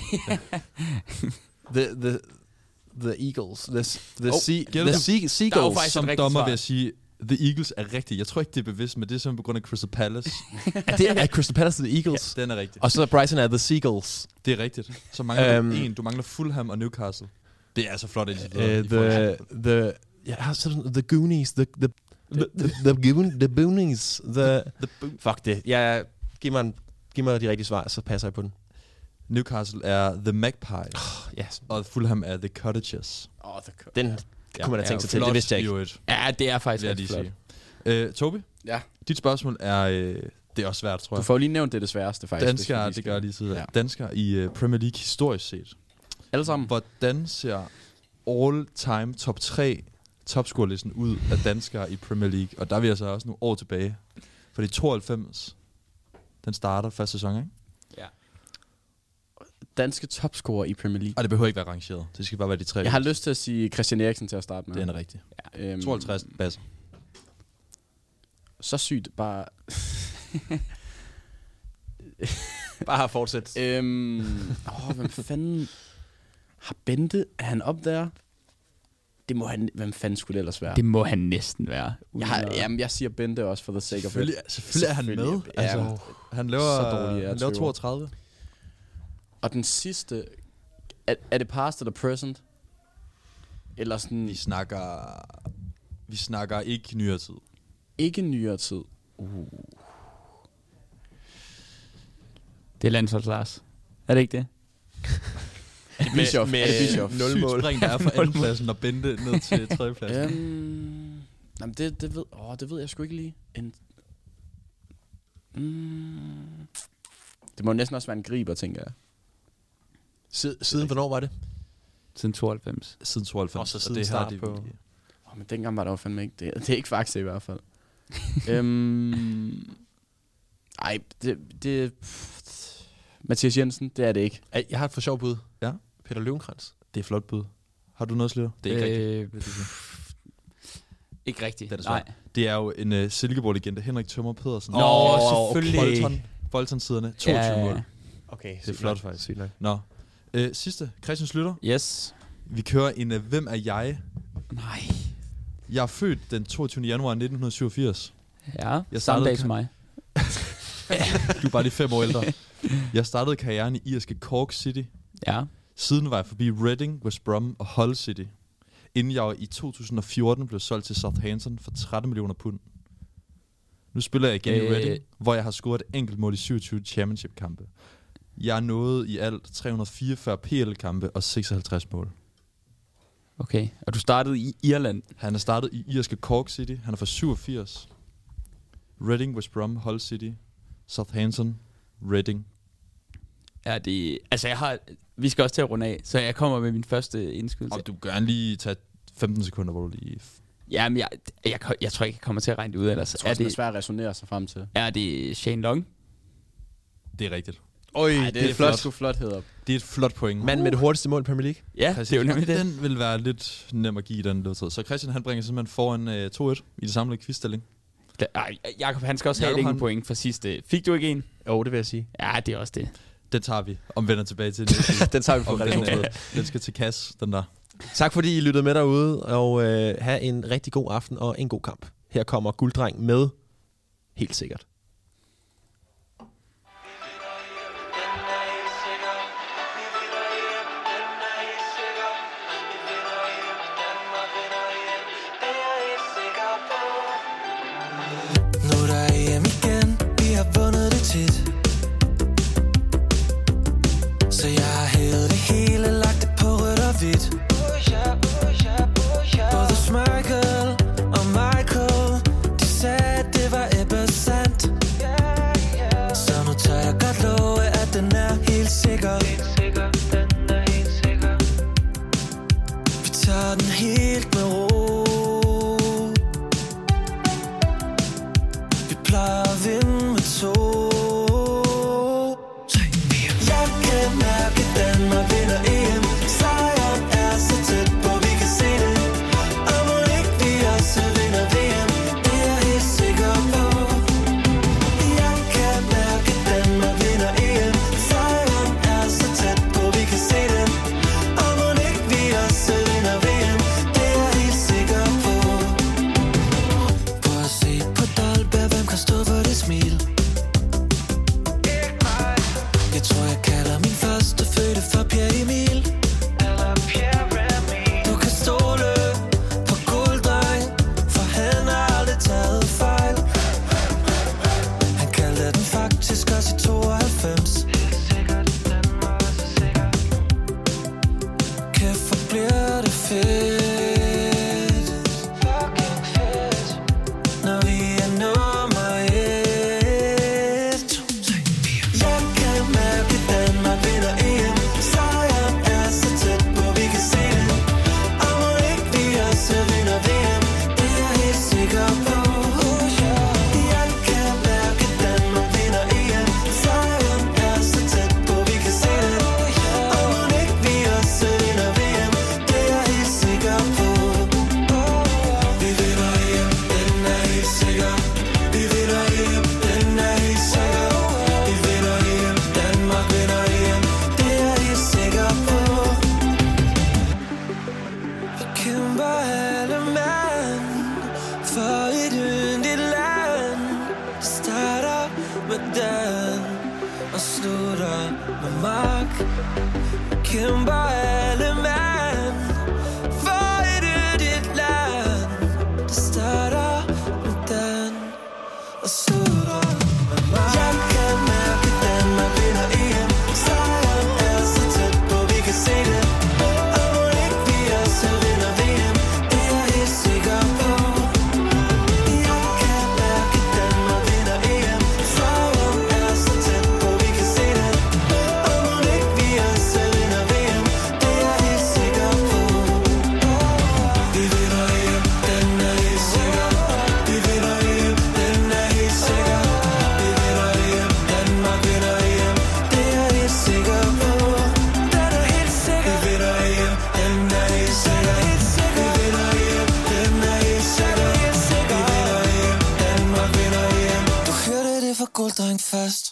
The Eagles. Seagulls. Der er jo faktisk Som et rigtigt dommer svar. vil jeg sige, The Eagles er rigtigt. Jeg tror ikke, det er bevidst, men det er simpelthen på grund af Crystal Palace. Er Crystal Palace The Eagles? Den er rigtig. Og så Brighton er The Seagulls. Det er rigtigt. Så mangler du en. Du mangler Fulham og Newcastle. Det er altså flot indtil The Goonies. The Boonies. Fuck det. Ja, giv mig de rigtige svar, så passer jeg på den. Newcastle er The Magpies. Yes. Og Fulham er The Cottagers. Den kunne man have tænkt sig til. Det vidste jeg ikke. Ja, det er faktisk Vil jeg rigtig lige flot. sige. Tobi? Ja. Dit spørgsmål er... det er også svært, tror jeg. Du får jo lige nævnt det sværeste, faktisk. Danskere, det gør jeg lige siden. Ja. Danskere i Premier League historisk set. Alle sammen. Hvordan ser all-time top 3 topscorelisten ud af danskere i Premier League? Og der er vi altså også nogle år tilbage. Fordi 92, den starter første sæson, ikke? Ja. Danske topscorer i Premier League. Og det behøver ikke være rangeret. Det skal bare være de 3. Jeg har lyst til at sige Christian Eriksen til at starte med. Den er rigtig. Ja. 52 basser. Så sygt, bare... Bare fortsæt. Hvem fanden... Har Bente... Er han op der? Det må han... Hvem fanden skulle det ellers være? Det må han næsten være. Jeg siger Bente også for the sake of it. Selvfølgelig er han med. Ja, Altså, han laver, så dårlig er han laver 20'er. 32. Og den sidste... Er det past eller present? Eller sådan... Vi snakker ikke nyere tid. Ikke nyere tid. Det er landsholds Lars. Er det ikke det? Bischoff. med Er det Bischoff? 0 mål. Sygt spring, der er fra andenpladsen og Bente ned til tredjepladsen. Jamen det ved jeg sgu ikke lige. Det må næsten også være en griber, tænker jeg. Siden hvornår var det? Siden 92. Siden 92. Og så siden det start har de på- Men dengang var der jo fandme ikke det. Det er ikke Faxe i hvert fald. Ej, det Mathias Jensen, det er det ikke. Jeg har et for sjov bud. Ja. Peter Løvenkrantz. Det er flot bud. Har du noget, Slitter? Det er ikke rigtigt. Ikke rigtigt. Det er det svært. Det er jo en Silkeborg-legende, Henrik Tømmer Pedersen. Selvfølgelig. Bolton-siderne, 22 mål. Okay, Det er flot faktisk. Sygt nok. Nå. Sidste, Christian Slytter. Yes. Vi kører en Hvem er jeg? Nej. Jeg er født den 22. januar 1987. Ja, Jeg samme startede dag som mig. Du er bare lige 5 år ældre. Jeg startede karrieren i irske Cork City. Ja. Siden var jeg forbi Reading, West Brom og Hull City. Inden jeg i 2014 blev solgt til Southampton for 13 millioner pund. Nu spiller jeg igen i Reading, hvor jeg har scoret et enkelt mål i 27 championship-kampe. Jeg er nået i alt 344 PL-kampe og 56 mål. Okay, og du startede i Irland. Han er startet i irske Cork City. Han er fra 87. Reading, West Brom, Hull City, Southampton, Reading. Ja, det... Altså, vi skal også til at runde af, så jeg kommer med min første indskydelse. Og du kan gerne lige tage 15 sekunder, hvor du lige... Jamen, jeg tror ikke, jeg kommer til at regne det ud ellers. Jeg tror, det er svært at resonere sig frem til. Er det Shane Long? Det er rigtigt. Ej, Det er flot. Flot hedder. Det er et flot point. Mand med det hurtigste mål i Premier League. Ja, det er jo nemlig det. Den vil være lidt nem at give den ledtid. Så Christian, han bringer simpelthen foran 2-1 i det samlede quizstilling. Jakob, han skal også have et enkelt point for sidste. Fik du ikke en? Jo, det vil jeg sige. Ja, det er også det. Den tager vi, og vender tilbage til Den tager vi på redaktionsmødet. Den skal til kasse, den der. Tak fordi I lyttede med derude, og have en rigtig god aften og en god kamp. Her kommer Gulddreng med, helt sikkert. Nu er der EM igen, vi har vundet det tit. Så jeg har hævet det hele, lagt det på rødt og hvidt. Både Schmeichel og Michael, de sagde, det var ebbesand. Så nu tør jeg godt love, at den er helt sikker. Vi tager den helt med ro. Vi plejer at vinde med 2. Jeg kan mærke, Danmark vinder EM. Sejren er så tæt på, vi kan se det. Og må ikke vi også vinder VM. Det er jeg helt sikker på. Jeg kan mærke, Danmark vinder EM. Sejren er så tæt på, vi kan se det. Og må ikke vi også vinder VM. Det er jeg helt sikker på. Prøv at se på Dolberg, hvem kan stå for det smil. Jeg tror, jeg kalder min første fødte for Pierre Emil. Du kan stole på Gulddreng, for han har aldrig taget fejl. Han kaldte den faktisk også i 92. Kæft, hvor bliver det fedt. Når vi er nummer 1. Jeg kan mærke, Danmark vinder EM. Sejren er så tæt på, vi kan se det. Og må ikke vi også vinder VM. Det er jeg helt sikker på. Jeg kan mærke, Danmark vinder EM. Sejren er så tæt på, vi kan se det. Og må ikke vi også vinder VM. Det er jeg helt sikker på. Vi vinder EM, den er helt sikker. Vi vinder EM, den er helt sikker. Vi vinder EM, Danmark vinder EM. Det er jeg helt sikker på. Vi kæmper alle mand for et yndigt land. Starter med Dan og slutter med Mark. Vi kæmper alle mand for et yndigt land. Det starter med Dan og slutter med Mark. Jeg kan mærke, Danmark vinder EM. Sejren er så tæt på, vi kan se det. Og må ikke vi også vinder VM. Det er jeg helt sikker på. Jeg kan mærke, Danmark vinder EM. Sejren er så tæt på, vi kan se det. Og må ikke vi også vinder VM. Det er jeg helt sikker på. Vi vinder EM, den er helt sikker. Vi vinder EM, den er helt sikker. Vi vinder EM, Danmark vinder EM. Det er jeg helt sikker på. Den er helt sikker. Vi vinder EM, den er helt sikker. Vi vinder EM, den er helt sikker. Vi vinder EM, Danmark vinder EM. Du hørte det fra Gulddreng først.